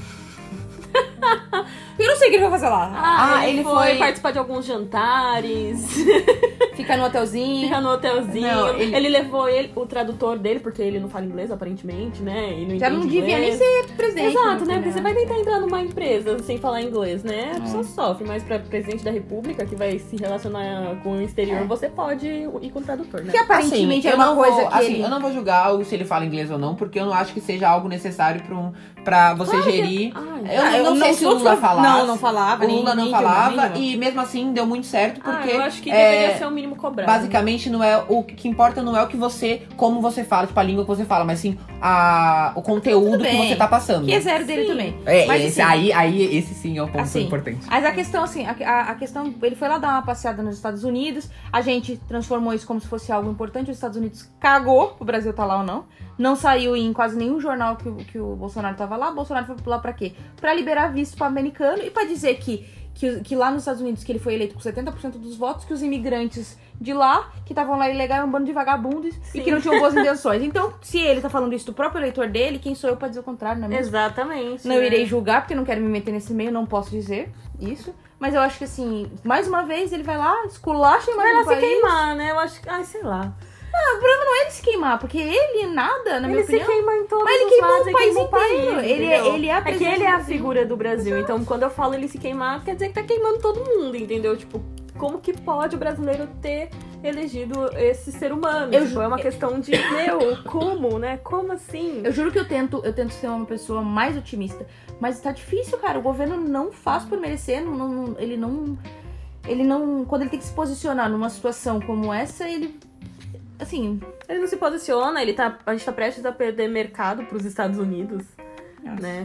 Eu não sei o que ele vai fazer lá. Ele foi participar de alguns jantares. Ficar no hotelzinho. Ficar no hotelzinho. Não, ele levou o tradutor dele, porque ele não fala inglês, aparentemente, né? E não já não devia nem ser presidente. Exato, né? Porque você vai tentar entrar numa empresa sem falar inglês, né? A pessoa sofre, mas pra presidente da república, que vai se relacionar com o exterior, você pode ir com o tradutor, né? Que aparentemente é uma coisa que eu não vou julgar se ele fala inglês ou não, porque eu não acho que seja algo necessário pra você gerir. Eu não sei se o Lula falava. Não falava. O Lula não falava e mesmo assim deu muito certo, porque eu acho que deveria ser o mínimo cobrado. Basicamente, não é o que importa não é o que você, como você fala, tipo a língua que você fala, mas sim o conteúdo que você tá passando. Que é zero dele também. Mas esse sim é um ponto importante. Mas a questão, assim, a questão, ele foi lá dar uma passeada nos Estados Unidos, a gente transformou isso como se fosse algo importante, os Estados Unidos cagou, o Brasil tá lá ou não. Não saiu em quase nenhum jornal que o Bolsonaro tava lá. O Bolsonaro foi lá pra quê? Pra liberar visto pro americano e pra dizer que lá nos Estados Unidos, que ele foi eleito com 70% dos votos, que os imigrantes de lá, que estavam lá ilegal, um bando de vagabundos e que não tinham boas intenções. Então, se ele tá falando isso do próprio eleitor dele, quem sou eu pra dizer o contrário, não é mesmo? Exatamente. Não irei julgar, porque não quero me meter nesse meio, não posso dizer isso. Mas eu acho que, assim, mais uma vez, ele vai lá, esculacha mais um país. Vai lá se queimar, né? Eu acho que... sei lá. Não, o problema não é ele se queimar, porque ele nada, na minha opinião. Ele se queima em todos mas os lados, ele queimou o país. Ele é a que ele é a figura do Brasil. Então, quando eu falo ele se queimar, quer dizer que tá queimando todo mundo, entendeu? Tipo, como que pode o brasileiro ter elegido esse ser humano? É uma questão de, como, né? Como assim? Eu juro que eu tento ser uma pessoa mais otimista. Mas tá difícil, cara. O governo não faz por merecer. Ele não... Quando ele tem que se posicionar numa situação como essa, ele... Assim... Ele não se posiciona, a gente tá prestes a perder mercado pros Estados Unidos, né?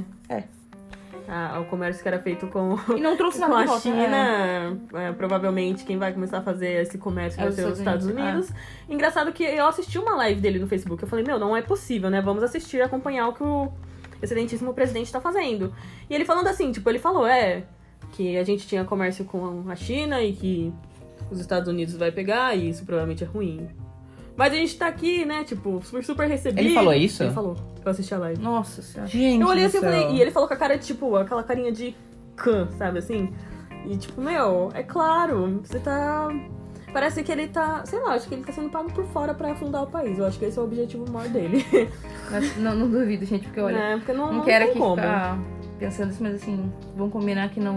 O comércio que era feito com, e não trouxe com a China, provavelmente quem vai começar a fazer esse comércio vai ser os Estados Unidos. Engraçado que eu assisti uma live dele no Facebook, eu falei, não é possível, né? Vamos assistir, acompanhar o que o excelentíssimo presidente tá fazendo. E ele falando assim, ele falou, que a gente tinha comércio com a China e que os Estados Unidos vai pegar e isso provavelmente é ruim. Mas a gente tá aqui, né, super recebido. Ele falou isso? Ele falou. Eu assisti a live. Nossa senhora. Gente, eu olhei assim e falei... E ele falou com a cara de, aquela carinha de cã, sabe, assim? E, é claro, você tá... Parece que ele tá... Sei lá, acho que ele tá sendo pago por fora pra afundar o país. Eu acho que esse é o objetivo maior dele. Mas não duvido, gente, porque olha... porque não quero aqui como. Ficar pensando isso, mas assim... Vamos combinar que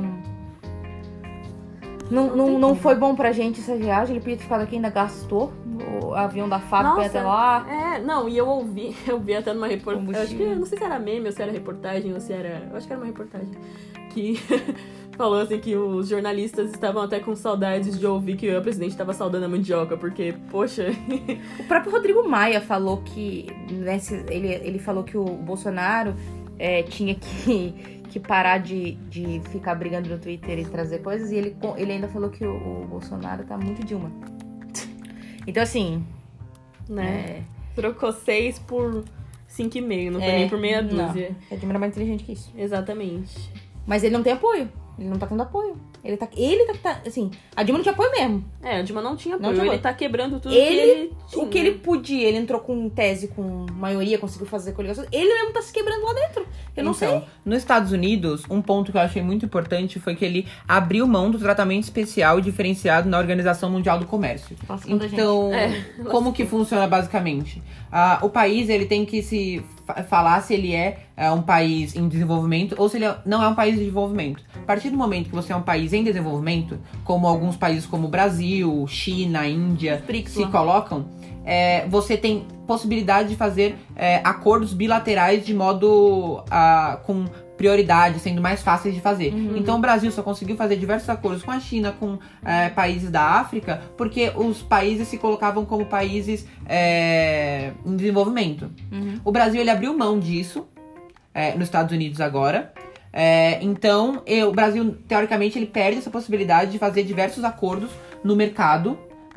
não foi bom pra gente essa viagem. Ele podia ter ficado aqui, ainda gastou o avião da FAB pra ir até lá. E eu ouvi até numa reportagem. Acho que não sei se era meme ou se era reportagem ou se era. Eu acho que era uma reportagem. Que falou assim que os jornalistas estavam até com saudades de ouvir que o presidente estava saudando a mandioca, porque, poxa. O próprio Rodrigo Maia falou que. Ele falou que o Bolsonaro tinha que parar de ficar brigando no Twitter e trazer coisas, e ele ainda falou que o Bolsonaro tá muito Dilma. Então, assim... Né? Trocou 6 por 5,5, não foi nem por meia dúzia. A Dilma era mais inteligente que isso. Exatamente. Mas ele não tem apoio. Ele não tá tendo apoio. Ele tá assim, a Dilma não tinha apoio mesmo. A Dilma não tinha apoio. Ele tá quebrando tudo o que ele podia. Ele entrou com tese, com maioria, conseguiu fazer coligações. Ele mesmo tá se quebrando lá dentro. Eu não sei. Nos Estados Unidos, um ponto que eu achei muito importante foi que ele abriu mão do tratamento especial e diferenciado na Organização Mundial do Comércio. Então, como que funciona basicamente? O país, ele tem que se falar se ele é um país em desenvolvimento ou se ele não é um país de desenvolvimento. A partir do momento que você é um país em desenvolvimento, como alguns países como o Brasil, China, Índia se colocam, você tem possibilidade de fazer acordos bilaterais de modo com prioridade, sendo mais fáceis de fazer. Então o Brasil só conseguiu fazer diversos acordos com a China, com países da África, porque os países se colocavam como países em desenvolvimento. O Brasil, ele abriu mão disso nos Estados Unidos agora. Então o Brasil, teoricamente, ele perde essa possibilidade de fazer diversos acordos no mercado.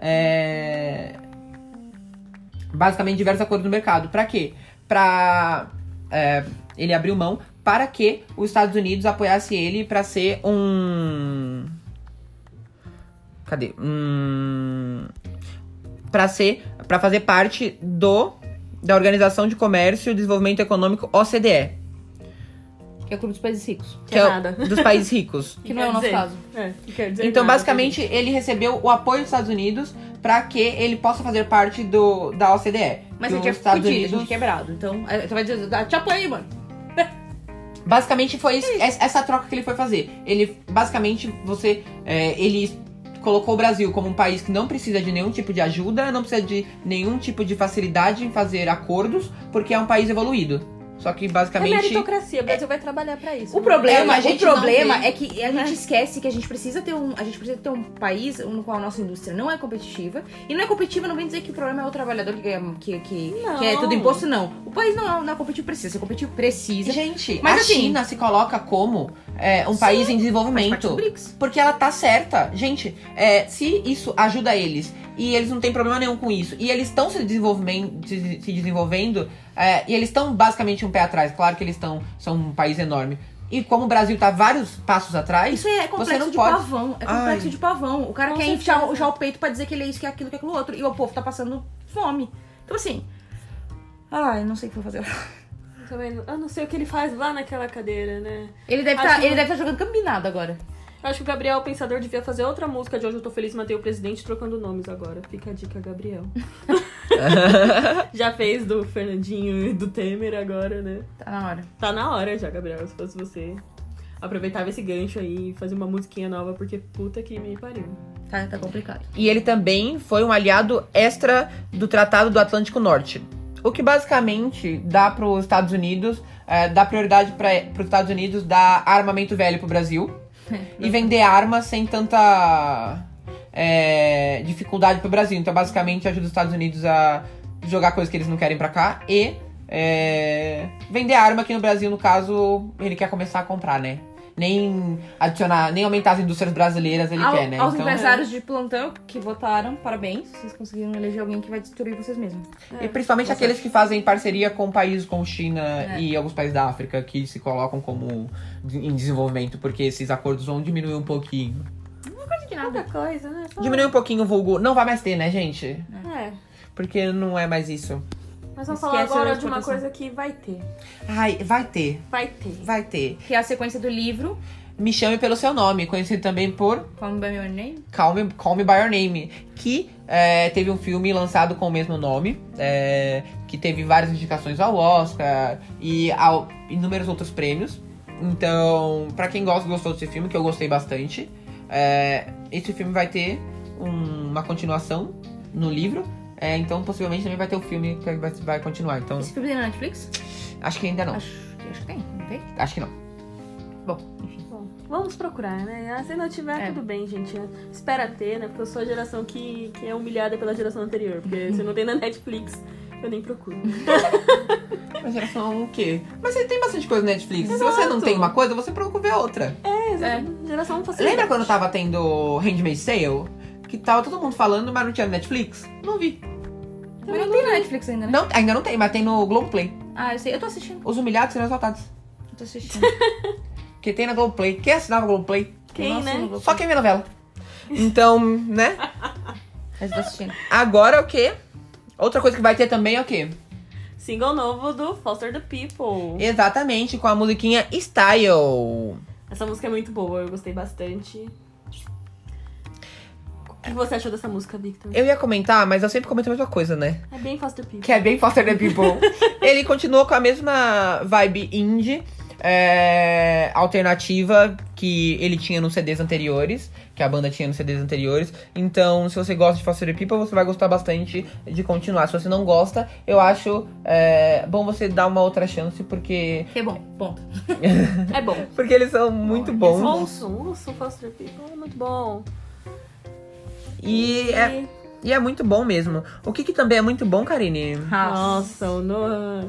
Basicamente, diversos acordos no mercado. Pra quê? Ele abriu mão para que os Estados Unidos apoiasse ele para ser pra fazer parte da Organização de Comércio e Desenvolvimento Econômico, OCDE. Que é o Clube dos Países Ricos. Que é nada. Dos países ricos. Que não é o nosso caso. Que quer dizer Então, nada, basicamente, ele recebeu o apoio dos Estados Unidos pra que ele possa fazer parte da OCDE. Mas Que ele tinha os Estados fudido, Unidos... a gente quebrado. Então, você vai dizer, te apoio aí, mano. Basicamente, foi essa troca que ele foi fazer. Ele, basicamente, ele colocou o Brasil como um país que não precisa de nenhum tipo de ajuda, não precisa de nenhum tipo de facilidade em fazer acordos, porque é um país evoluído. Só que, basicamente... É meritocracia, o Brasil vai trabalhar pra isso. O problema não é que a gente esquece que a gente precisa ter um país no qual a nossa indústria não é competitiva. E não é competitiva não vem dizer que o problema é o trabalhador que é tudo imposto, não. O país não é competitivo, precisa ser competitivo, precisa. Gente, mas a assim, China se coloca como um país em desenvolvimento. faz parte do BRICS. Porque ela tá certa. Gente, se isso ajuda eles e eles não têm problema nenhum com isso, e eles estão se desenvolvendo, e eles estão basicamente um pé atrás. Claro que eles são um país enorme. E como o Brasil tá vários passos atrás, isso é você complexo não de pode... pavão. É complexo de pavão. O cara Com quer certeza. enfiar o peito pra dizer que ele é isso, que é aquilo, que é aquilo outro. E o povo tá passando fome. Então assim... eu não sei o que vou fazer. Tá vendo? Eu não sei o que ele faz lá naquela cadeira, né? Ele deve estar jogando combinado agora. Eu acho que o Gabriel, o pensador, devia fazer outra música de Hoje Eu Tô Feliz, Matei o Presidente, trocando nomes agora. Fica a dica, Gabriel. Já fez do Fernandinho e do Temer agora, né? Tá na hora. Tá na hora já, Gabriel. Se fosse você, aproveitava esse gancho aí e fazia uma musiquinha nova, porque puta que me pariu. Tá complicado. E ele também foi um aliado extra do Tratado do Atlântico Norte. O que basicamente dá para os Estados Unidos, dá prioridade para os Estados Unidos dar armamento velho pro Brasil e vender armas sem tanta dificuldade pro Brasil. Então, basicamente, ajuda os Estados Unidos a jogar coisas que eles não querem pra cá e vender arma aqui no Brasil, no caso, ele quer começar a comprar, né? Nem aumentar as indústrias brasileiras ele quer, né? Aos Então, empresários de plantão que votaram, parabéns. Vocês conseguiram eleger alguém que vai destruir vocês mesmos. E principalmente aqueles que fazem parceria com países como China e alguns países da África que se colocam como em desenvolvimento, porque esses acordos vão diminuir um pouquinho. Não coisa de nada. Outra coisa, né? Diminuir um pouquinho o vulgo. Não vai mais ter, né, gente? Porque não é mais isso. Mas vamos Esquece falar agora a de uma exportação. coisa que vai ter. Ai, vai ter. Vai ter. Vai ter. Que é a sequência do livro Me Chame Pelo Seu Nome, conhecido também por Call Me By Your Name. Call Me By Your Name, que teve um filme lançado com o mesmo nome, que teve várias indicações ao Oscar e a inúmeros outros prêmios. Então, pra quem gostou desse filme, que eu gostei bastante, esse filme vai ter uma continuação no livro. Então, possivelmente, também vai ter o filme que vai continuar. Então, Esse filme tem na Netflix? acho que ainda não. Acho que tem, não tem? Acho que não. Bom, enfim. Bom, vamos procurar, né? Se não tiver, tudo bem, gente. Espera ter, né? Porque eu sou a geração que é humilhada pela geração anterior. Porque se não tem na Netflix, eu nem procuro. Mas geração o quê? Mas você tem bastante coisa na Netflix. Exato. Se você não tem uma coisa, você procura ver outra. Geração facilidade. Lembra quando tava tendo Handmaid's Tale? Que tava todo mundo falando, mas não tinha no Netflix? Não vi. Mas não tem na Netflix ainda, né? Não, ainda não tem, mas tem no Globoplay. Ah, eu sei. Eu tô assistindo. Os Humilhados serão exaltados. Eu tô assistindo. Que tem na Globoplay. Quem assinava Globoplay? Quem, Nossa, né? não vou- Só quem vê novela. Então, né? Mas eu tô assistindo. Agora o quê? Outra coisa que vai ter também é o quê? Single novo do Foster the People. Exatamente, com a musiquinha Style. Essa música é muito boa, eu gostei bastante. O que você achou dessa música, Victor? Eu ia comentar, mas eu sempre comento a mesma coisa, né? É bem Foster People. Que é bem Foster the People. Ele continuou com a mesma vibe indie, alternativa que ele tinha nos CDs anteriores, que a banda tinha nos CDs anteriores. Então, se você gosta de Foster the People, você vai gostar bastante de continuar. Se você não gosta, eu acho bom você dar uma outra chance, porque... Que é bom, ponto. É bom. Porque eles são muito bons. Ouçam Foster the People, é muito bom. E é muito bom mesmo. O que também é muito bom, Karine? Nossa, o Noah.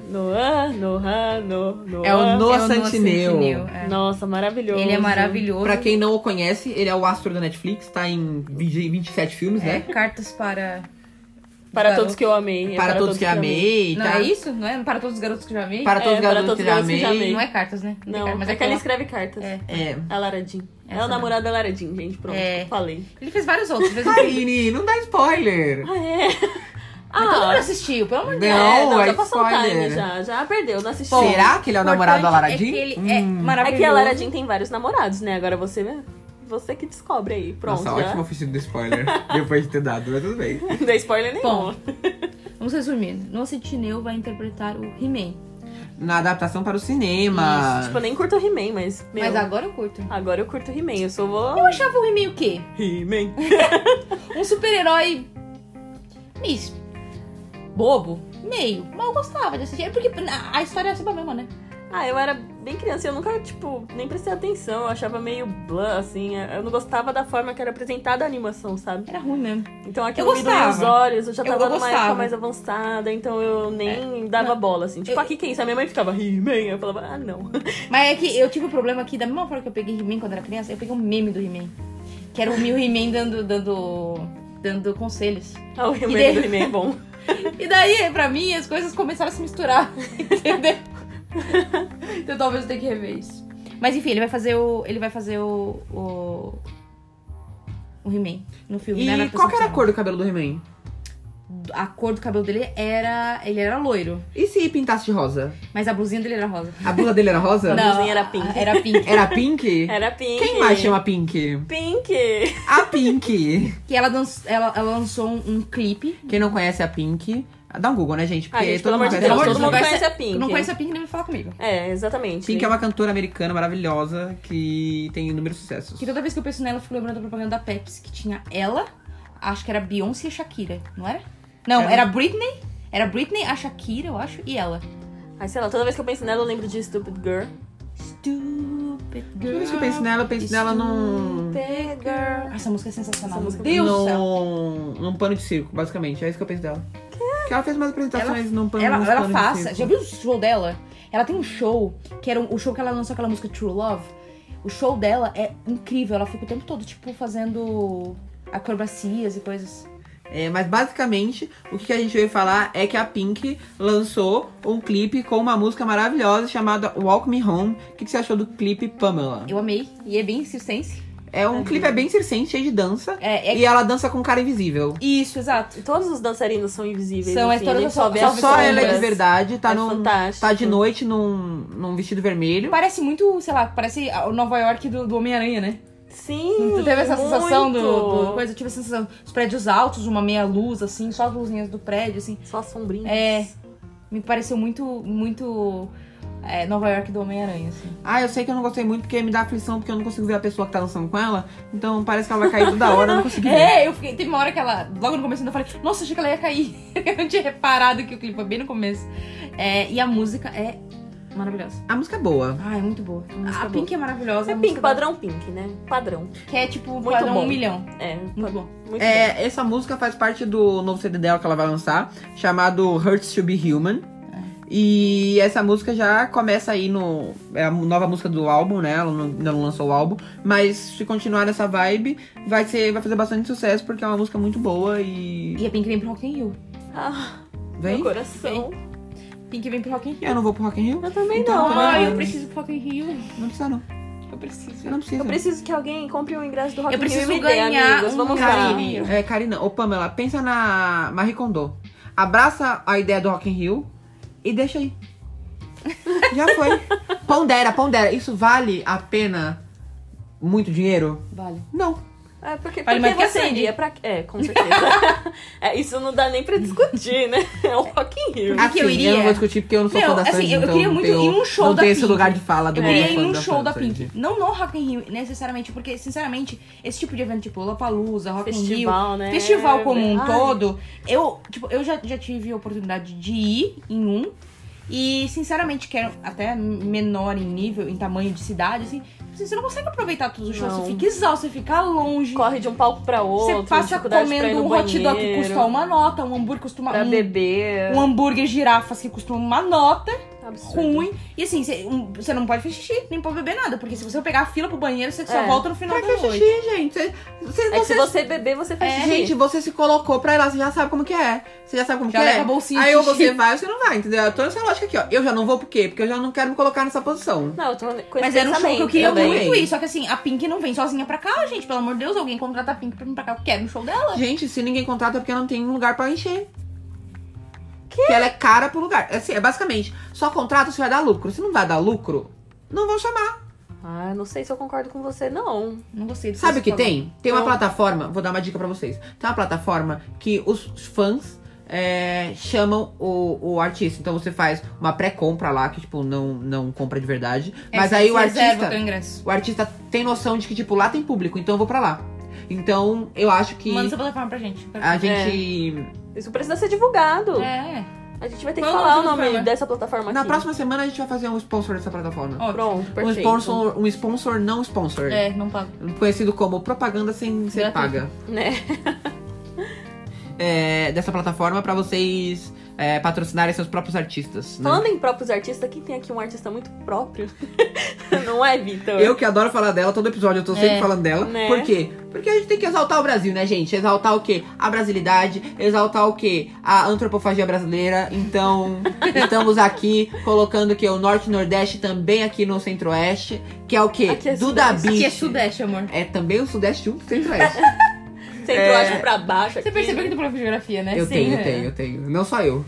É o Noah É o Centineo. é. Nossa, maravilhoso. Ele é maravilhoso. Pra quem não o conhece, ele é o astro da Netflix, tá em 27 filmes, né? Cartas para Para todos que eu amei. Para todos que amei. Não tá? é isso? Não é? Para todos os garotos que eu já amei? Para todos os para garotos todos que os já garotos que já amei. amei. Não é cartas, né? Não, mas é que ele escreve cartas. É. A Lara Jean. É Essa o namorado da Lara Jean, gente. Pronto, falei. Ele fez vários outros. Fez um Karine, não dá spoiler. Ah, é? Mas todo mundo assistiu, pelo amor de Deus. Não, já é passou o time, spoiler. já perdeu, não assisti. Bom, Será que ele é o namorado da Lara É Jean? que ele é É maravilhoso. que a Lara Jean tem vários namorados, né? Agora você que descobre aí. Pronto, Nossa, já. ótimo oficina do spoiler. Depois de ter dado, mas tudo bem. Não dá spoiler nenhum. Bom, vamos resumir. Noah Centineo vai interpretar o He-Man. Na adaptação para o cinema. Tipo, eu nem curto He-Man, mas... meu, Mas agora eu curto. agora eu curto He-Man. Eu sou... Eu achava o He-Man o quê? He-Man. Um super-herói... Miss. Bobo. Meio. Mas eu gostava de assistir. É porque a história é sempre a mesma, né? Ah, eu era bem criança e eu nunca, tipo, nem prestei atenção. Eu achava meio blá, assim. Eu não gostava da forma que era apresentada a animação, sabe? Era ruim mesmo. Então aquilo Eu me doía os gostava. olhos. Eu já tava Eu numa gostava. época mais avançada, então eu nem dava bola, assim. Tipo, que é isso? A minha mãe ficava He-Man. Eu falava, ah, não. Mas é que eu tive um problema aqui, da mesma forma que eu peguei He-Man quando era criança, eu peguei um meme do He-Man. Que era o meu He-Man dando conselhos. Ah, o He-Man daí- do He-Man é bom. E daí, pra mim, as coisas começaram a se misturar. Entendeu? Então talvez eu tenha que rever isso. Mas enfim, ele vai fazer o He-Man no filme. né, na E qual que era a adaptação. cor do cabelo do He-Man? A cor do cabelo dele ele era loiro. E se pintasse de rosa? Mas a blusinha dele era rosa. A blusa dele era rosa? Não. blusinha era pink. Era pink. Era Pink? Era Pink. Quem mais chama Pink? Pink. A Pink. Que ela lançou um clipe. Quem não conhece a Pink, dá um Google, né, gente? Porque Ah, gente, pelo todo amor mundo de conhece Deus, a todo mundo Pink. conhece a Pink. Não conhece a Pink, nem me fala comigo. É, exatamente. Pink é uma cantora americana maravilhosa que tem inúmeros sucessos. Que toda vez que eu penso nela, eu fico lembrando da propaganda da Pepsi, que tinha ela, acho que era Beyoncé e a Shakira, não era? Não, era Britney. Era Britney, a Shakira, eu acho, e ela. Ai, sei lá, toda vez que eu penso nela, eu lembro de Stupid Girl. Stupid girl. Toda vez que eu penso nela, eu penso nela num Stupid Girl. Essa música é sensacional. Essa música Meu Deus do céu. num pano de circo, basicamente. É isso que eu penso dela. Que ela fez umas apresentações num pano Ela nos panos de faça. circo. Já viu o show dela? Ela tem um show, que era o show que ela lançou aquela música True Love. O show dela é incrível. Ela fica o tempo todo, tipo, fazendo acrobacias e coisas. Mas basicamente, o que a gente veio falar é que a Pink lançou um clipe com uma música maravilhosa chamada Walk Me Home. O que você achou do clipe, Pamela? Eu amei. E é bem circense. Um clipe bem circense, cheio de dança. É E ela dança com um cara invisível. Isso, exato. E todos os dançarinos são invisíveis. São, assim, todas a gente as só vê só as Só ela é de sombras. verdade, tá, É fantástico. tá de noite num vestido vermelho. Parece muito, sei lá, parece o Nova York do Homem-Aranha, né? Sim, Tu teve essa sensação muito. do coisa? Eu tive a sensação dos prédios altos, uma meia luz, assim, só as luzinhas do prédio, assim. Só as sombrinhas. Me pareceu muito Nova York do Homem-Aranha, assim. Eu sei que eu não gostei muito porque me dá aflição, porque eu não consigo ver a pessoa que tá dançando com ela. Então parece que ela vai cair toda hora, eu não consegui ver. Teve uma hora que ela, logo no começo, eu falei, nossa, achei que ela ia cair. Eu não tinha reparado que o clipe foi bem no começo. E a música é maravilhosa. A música é boa. É muito boa. música A Pink é maravilhosa. É a Pink, música padrão Pink, né? Padrão. que é tipo Muito padrão bom. 1 milhão. É, Muito bom. muito bom. Essa música faz parte do novo CD dela que ela vai lançar, chamado Hurts to Be Human. E essa música já começa aí é a nova música do álbum, né? Ela ainda não lançou o álbum. Mas se continuar nessa vibe, vai fazer bastante sucesso, porque é uma música muito boa e... E a Pink vem pro Rock in Rio. Ah, Vem? meu coração. Pink vem pro Rock in Rio. Eu não vou pro Rock in Rio? Eu também Então, não. também Eu preciso pro Rock in Rio. Não precisa, não. Eu preciso. Eu não preciso. Eu preciso que alguém compre um ingresso do Rock Eu in Rio e preciso me dê, ganhar amigos. um Vamos Karine. lá. Karina, ô Pamela, pensa na Marie Kondo. Abraça a ideia do Rock in Rio e deixa aí. Já foi. Pondera. Isso vale a pena muito dinheiro? Vale. Não. Porque Vale mais que a você Sandy. iria pra... com certeza. Isso não dá nem pra discutir, né? É um Rock in Rio. Ah, que eu iria? Eu não vou discutir porque eu não sou Meu, fã da assim, Sandy, eu então queria não muito tenho- ir num show não da tenho esse Pink. lugar de fala do Eu queria fã ir num da show da Sandy. Pink. Não no Rock in Rio, necessariamente, porque, sinceramente, esse tipo de evento, tipo Lollapalooza, Rock in Rio, Festival, né? festival como um Ai. todo, eu já tive a oportunidade de ir em um. E, sinceramente, quero até menor em nível, em tamanho de cidade, assim, você não consegue aproveitar todos os shows. Não. Você fica exausto, você fica longe. Corre de um palco pra outro. Você passa dificuldade pra ir comendo no um hot dog que banheiro, custa uma nota, um hambúrguer custa pra beber. um hambúrguer girafas que custa uma nota. A Absurdo. ruim. E assim, você não pode fazer xixi, nem pode beber nada. Porque se você pegar a fila pro banheiro, você só volta no final da noite. Xixi, gente. Se você beber, você faz xixi. Gente, você se colocou pra ir lá, você já sabe como que é. Você já sabe como que é. leva a bolsinha de Aí ou xixi. você vai ou você não vai, entendeu? Eu tô nessa lógica aqui, ó. Eu já não vou por quê? Porque eu já não quero me colocar nessa posição. Não, eu tô com esse Mas era um show que eu queria também. muito ir. Só que assim, a Pink não vem sozinha pra cá, gente. Pelo amor de Deus, alguém contrata a Pink pra vir pra cá. Eu quero no show dela. Gente, se ninguém contrata é porque não tem um lugar pra encher. Que ela é cara pro lugar. Assim, é basicamente, só contrata se vai dar lucro. Se não vai dar lucro, não vão chamar. Ah, não sei se eu concordo com você, não. Não gostei do Sabe o que você falou. tem? Tem uma plataforma, vou dar uma dica pra vocês. Tem uma plataforma que os fãs chamam o artista. Então você faz uma pré-compra lá, que tipo, não compra de verdade. Mas aí o artista tem noção de que tipo, lá tem público, então eu vou pra lá. Então eu acho que Manda essa plataforma pra gente. a gente... Isso precisa ser divulgado. É. A gente vai ter que Qual falar a o nome plataforma? dessa plataforma aqui. Na próxima semana a gente vai fazer um sponsor dessa plataforma. Ó, Pronto, Um perfeito. sponsor não sponsor. não pago. Conhecido como propaganda sem ser Gratuito. paga. Né? Dessa plataforma pra vocês patrocinarem seus próprios artistas. Né? Falando em próprios artistas, aqui tem aqui um artista muito próprio. Não é, Vitor? Eu que adoro falar dela, todo episódio eu tô sempre falando dela. Né? Por quê? Porque a gente tem que exaltar o Brasil, né, gente? Exaltar o quê? A brasilidade, exaltar o quê? A antropofagia brasileira. Então, estamos aqui colocando que o Norte e Nordeste também aqui no Centro-Oeste, que é o quê? Aqui é Duda Sudeste. Beach. Aqui é Sudeste, amor. É também o Sudeste junto com o Centro-Oeste. Centro-Oeste pra baixo aqui. Você percebeu que tem problema de geografia, né? Eu Sim. tenho. Não só eu.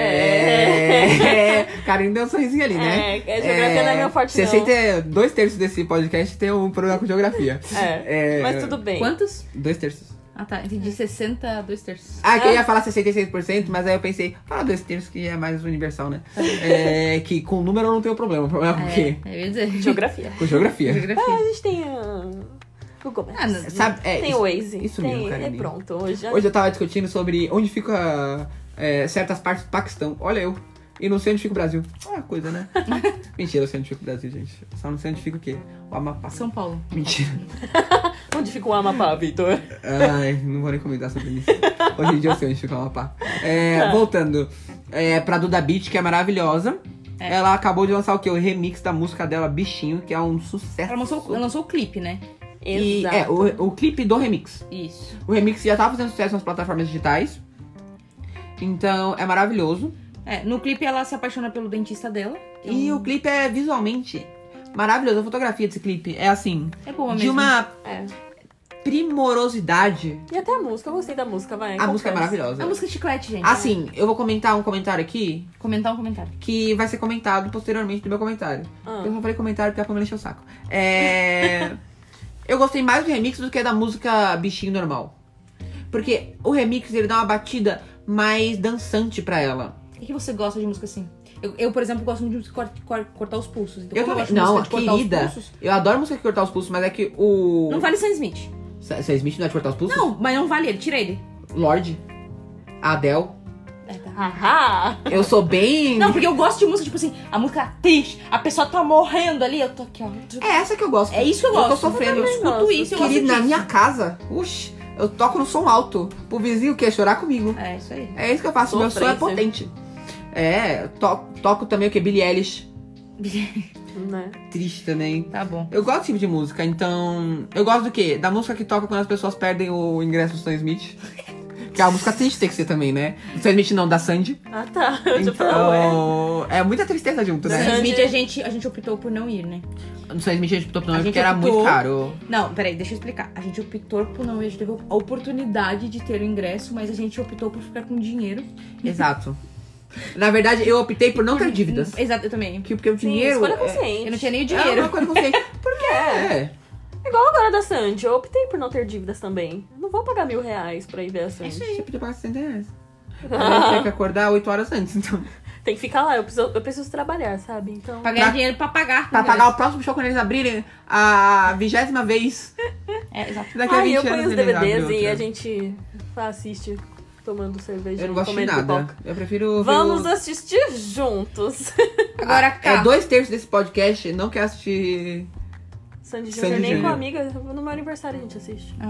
Karine deu um sorrisinho ali, né? Geografia não é meu forte, não. 2/3 desse podcast tem um problema com geografia. Mas tudo bem. Quantos? 2/3. Ah, tá. Entendi. 60, 2/3. Ah, que eu ia falar 66%, mas aí eu pensei, fala 2/3 que é mais universal, né? Que com número eu não tenho problema. O problema é com o quê? Eu ia dizer. Geografia. Com geografia. A gente tem Google Maps. Sabe, Tem o Waze. Isso tem, mesmo, Karine. pronto. Hoje Hoje eu tava discutindo sobre onde fica certas partes do Paquistão. Olha eu. E não sei onde fica o Brasil. Ah, coisa, né? Mentira, eu sei onde fica o Brasil, gente. Só não sei onde fica o quê? O Amapá. São Paulo. Mentira. Onde fica o Amapá, Vitor? Ai, não vou nem comentar sobre isso. Hoje em dia eu sei onde fica o Amapá. Voltando. Pra Duda Beach, que é maravilhosa. Ela acabou de lançar o quê? O remix da música dela, Bichinho, que é um sucesso. Ela lançou o clipe, né? E, Exato. o clipe do remix. Isso. O remix já tá fazendo sucesso nas plataformas digitais. Então, é maravilhoso. No clipe ela se apaixona pelo dentista dela. E o clipe é visualmente maravilhoso. A fotografia desse clipe é assim, É boa mesmo. de uma É. primorosidade. E até a música, eu gostei da música, vai. A música é confesso. maravilhosa. A música de chiclete, gente. Assim, eu vou comentar um comentário aqui Comentar um comentário. que vai ser comentado posteriormente do meu comentário. Eu só falei comentário porque a Pamela encheu o saco. Eu gostei mais do remix do que da música Bichinho normal. Porque o remix, ele dá uma batida mais dançante pra ela. E que você gosta de música assim? Eu, por exemplo, gosto muito de música cortar os pulsos. Então, Eu como também. gosto de Não, música de cortar os querida. pulsos, Eu adoro música que cortar os pulsos, mas é que o... não vale Sam Smith. Sam Smith não é de cortar os pulsos? Não, mas não vale ele. Tira ele. Lorde. Adele. Tá. Haha! Eu sou bem... Não, porque eu gosto de música, tipo assim, a música triste, a pessoa tá morrendo ali, eu tô aqui, ó. É essa que eu gosto. É isso que eu Eu gosto. tô sofrendo. Eu escuto gosto. isso, eu Querida, gosto na disso. minha casa, eu toco no som alto. Pro vizinho quer chorar comigo. É, isso aí. É isso que eu faço. Meu som é Sofrência. potente. Toco também o que? Billie Eilish. Né? Triste também. Tá bom. Eu gosto desse tipo de música, então... Eu gosto do quê? Da música que toca quando as pessoas perdem o ingresso do Sam Smith. Que é uma música triste, tem que ser também, né? Do Sam Smith não, da Sandy. Ah, tá. Eu já falei, ué. Então... É muita tristeza junto, Sam né? Sandy- Smith a gente optou por não ir, né? Do Sam Smith a gente optou por não A ir gente porque era optou- muito caro. Não, peraí, deixa eu explicar. A gente optou por não ir, a gente teve a oportunidade de ter o ingresso, mas a gente optou por ficar com dinheiro. Exato. Na verdade, eu optei por não ter dívidas. Exato, eu também. Porque o Sim, dinheiro... escolha consciente. Eu não tinha nem o É dinheiro. uma coisa consciente. Por quê? É igual agora da Sandy. Eu optei por não ter dívidas também. Eu não vou pagar R$1.000 pra ir ver a Sandy. Você podia pagar 60 reais. Você tem que acordar 8 horas antes, então. Tem que ficar lá. Eu preciso trabalhar, sabe? Então... Pra ganhar dinheiro pra pagar. Pra pagar o próximo show quando eles abrirem a 20ª vez. É, exato. Daqui a 20 eu anos ponho os eles abrem DVDs e outra. a gente assiste tomando cerveja. Eu não gosto de comendo nada. pipoca. Eu prefiro... ver Vamos o- assistir juntos. Agora, cá. 2/3 desse podcast não quer assistir... Sandy Sandy Júnior nem com Júnior. amiga. No meu aniversário a gente assiste. Ah,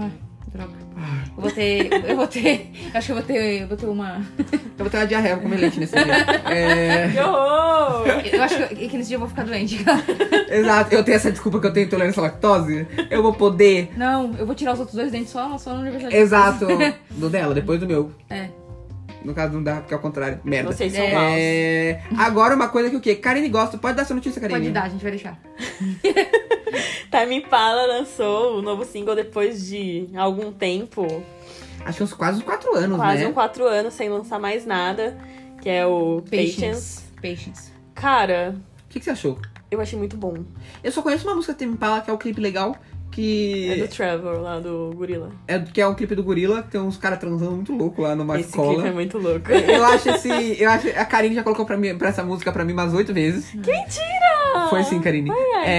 Droga. Eu vou ter uma... Eu vou ter uma diarreia, vou comer leite nesse dia. Que horror! Eu acho que nesse dia eu vou ficar doente. Exato, eu tenho essa desculpa que eu tenho intolerância à lactose. Eu vou poder... Não, eu vou tirar os outros 2 dentes só no aniversário. Exato. Do dela, depois do meu. É. No caso não dá, porque é o contrário. Merda. Vocês são maus. Agora uma coisa que o quê? Karine gosta. Pode dar sua notícia, Karine. Pode dar, a gente vai deixar. Tame Impala lançou o novo single depois de algum tempo. Acho que uns quase 4 anos, Quase né? uns 4 anos sem lançar mais nada. Que é o Patience. Cara, O que você achou? eu achei muito bom. Eu só conheço uma música do Tame Impala, que é o clipe legal. É do Que Trevor, lá do Gorilla. que é um clipe do Gorila, que tem uns caras transando muito louco lá numa Esse escola. clipe é muito louco. Eu acho a Karine já colocou pra essa música pra mim umas 8 vezes. Que mentira! Foi sim, Karine.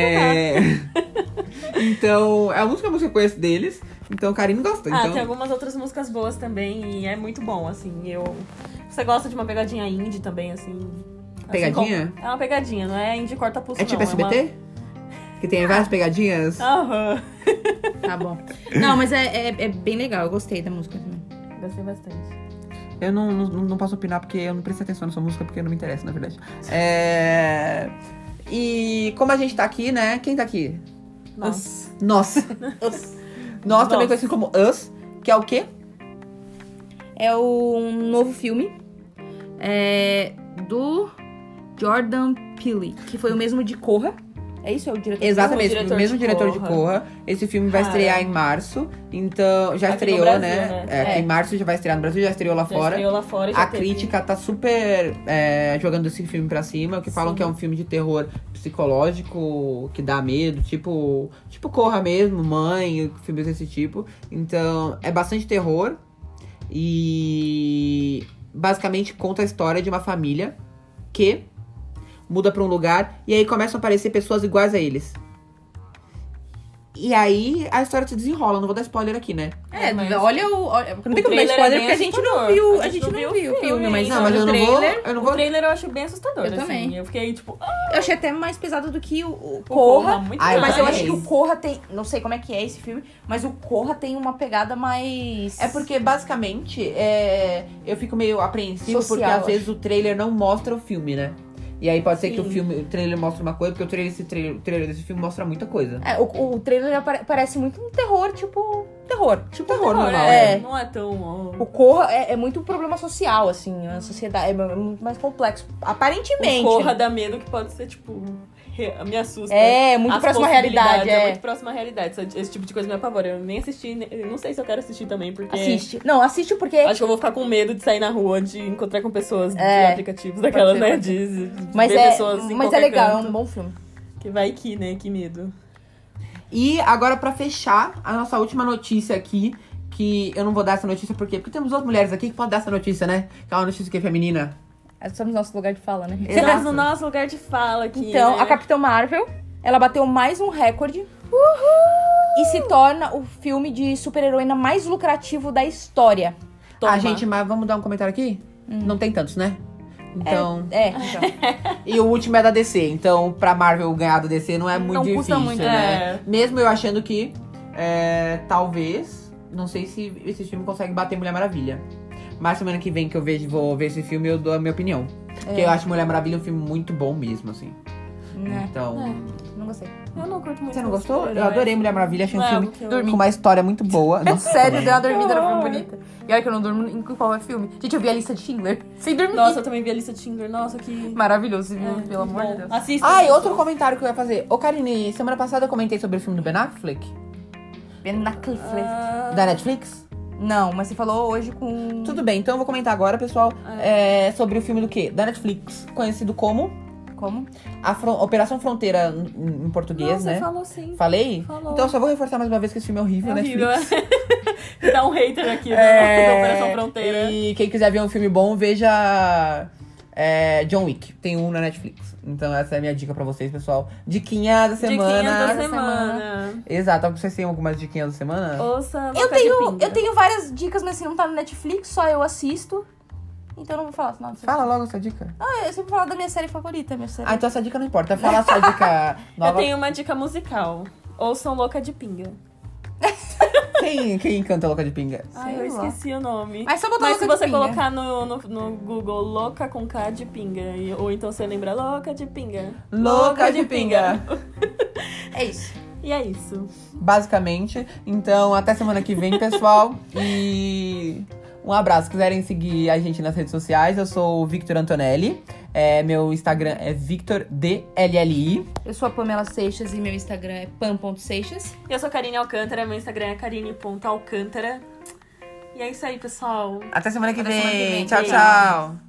Então, é a música que eu conheço deles. Então, Karine gosta. Ah, Então... tem algumas outras músicas boas também e é muito bom, assim. Você gosta de uma pegadinha indie também, assim. Pegadinha? É uma pegadinha, não é indie corta-pulso, É tipo não. SBT? Que tem várias pegadinhas? Aham. Tá bom. Não, mas é bem legal. Eu gostei da música também. Gostei bastante. Eu não posso opinar porque eu não prestei atenção nessa música, porque não me interessa, na verdade. E como a gente tá aqui, né? Quem tá aqui? Nossa. Nós. Nós também conhecido como Us, que é o quê? É um novo filme do Jordan Peele, que foi o mesmo de Corra. É isso? É o diretor? Exatamente, diretor o mesmo de diretor de Corra. Corra. Esse filme vai estrear em março. Então, já Aqui no estreou, Brasil, né? né? Aqui em março já vai estrear no Brasil, já estreou lá Já fora. estreou lá fora e já A teve- crítica tá super jogando esse filme pra cima, que falam Sim. que é um filme de terror psicológico, que dá medo, tipo Corra mesmo, Mãe, filmes desse tipo. Então, é bastante terror e basicamente conta a história de uma família que muda pra um lugar e aí começam a aparecer pessoas iguais a eles. E aí a história se desenrola, não vou dar spoiler aqui, né? Mas olha, não tem como dar trailer spoiler é bem porque a gente não assustador. viu, A gente não viu o filme, mas Não, mas eu o não trailer, vou. O trailer eu acho bem assustador, Eu assim. também. Eu fiquei, tipo... eu achei até mais pesado do que o Corra, Corra. muito mais. Mas eu mais. acho que o Corra tem, não sei como é que é esse filme, mas o Corra tem uma pegada mais... É porque, basicamente, eu fico meio apreensivo Social, porque às acho. vezes o trailer não mostra o filme, né? E aí pode ser que Sim. o trailer mostre uma coisa, porque o trailer desse filme mostra muita coisa. O trailer parece muito um terror, tipo... Terror. Tipo terror normal, é. Não é tão... O Corra é muito um problema social, assim, a sociedade é muito mais complexo. Aparentemente. O Corra dá medo que pode ser, tipo... Me assusta. É, muito As próximo à realidade. possibilidades, muito próximo à realidade. Esse tipo de coisa me apavora. Eu nem assisti, não sei se eu quero assistir também, porque... Assiste. Não, assiste porque... Acho que eu vou ficar com medo de sair na rua, de encontrar com pessoas de aplicativos daquelas, ser, né? pode De Mas ver pessoas em mas é qualquer legal, canto. é um bom filme. Que vai que, né? Que medo. E agora, pra fechar, a nossa última notícia aqui, que eu não vou dar essa notícia por quê? Porque temos outras mulheres aqui que podem dar essa notícia, né? Que é uma notícia que é feminina. Estamos no nosso lugar de fala, né? Exato. Estamos no nosso lugar de fala aqui, Então, né? a Capitã Marvel, ela bateu mais um recorde. E se torna o filme de super-heroína mais lucrativo da história. Toma. Gente, mas vamos dar um comentário aqui? Não tem tantos, né? Então... Então. E o último é da DC, então pra Marvel ganhar da DC não é muito Não difícil, custa muito, né? Mesmo eu achando que, talvez, não sei se esse filme consegue bater Mulher Maravilha. Mas semana que vem que vou ver esse filme, eu dou a minha opinião. Porque eu acho Mulher Maravilha um filme muito bom mesmo, assim. Então... Não gostei. Eu não curto muito. Você não gostou? super-herói. Eu adorei Mulher Maravilha, achei um Não, filme porque eu- com uma história muito boa. Nossa, Sério, deu uma também. dormida no filme bonita. E olha que eu não durmo em qual é filme. Gente, eu vi a lista de Schindler. Sem dormir. Nossa, eu também vi a lista de Schindler. Nossa, que... Maravilhoso, viu? É, Pelo amor de Deus. Assista. Ah, e outro comentário que eu ia fazer. Ô, Karine, semana passada eu comentei sobre o filme do Ben Affleck, Ben Affleck. da Netflix. Não, mas você falou hoje com... Tudo bem, então eu vou comentar agora, pessoal, sobre o filme do quê? Da Netflix, conhecido como Como? Operação Fronteira em português, Nossa, né? falou sim. Falei? Falou. Então eu só vou reforçar mais uma vez que esse filme é horrível, É né? horrível, Netflix. é. Dá um hater aqui da Operação Fronteira. E quem quiser ver um filme bom, veja John Wick. Tem um na Netflix. Então essa é a minha dica pra vocês, pessoal. Diquinha da semana. Diquinhas da semana. Exato. Vocês têm algumas diquinhas da semana? Ouça Eu tenho várias dicas, mas assim, não tá no Netflix, só eu assisto. Então eu não vou falar nada. Fala logo a sua dica. Eu sempre falo da minha série favorita, minha série. Ah, então essa dica não importa. Fala a sua dica nova. Eu tenho uma dica musical. Ouçam Louca de Pinga. Quem canta Louca de Pinga? Ai, eu esqueci o nome. Mas só botar Mas Louca se de você Pinga. colocar no Google Louca com K de Pinga, ou então você lembra Louca de Pinga. Louca de Pinga. É isso. E é isso. Basicamente. Então, até semana que vem, pessoal. E um abraço. Se quiserem seguir a gente nas redes sociais, eu sou o Victor Antonelli. Meu Instagram é VictorDLLI. Eu sou a Pamela Seixas e meu Instagram é pam.seixas. E eu sou a Karine Alcântara, meu Instagram é karine.alcântara. E é isso aí, pessoal. Até semana que Até semana que vem. vem. Tchau, Beijo. tchau.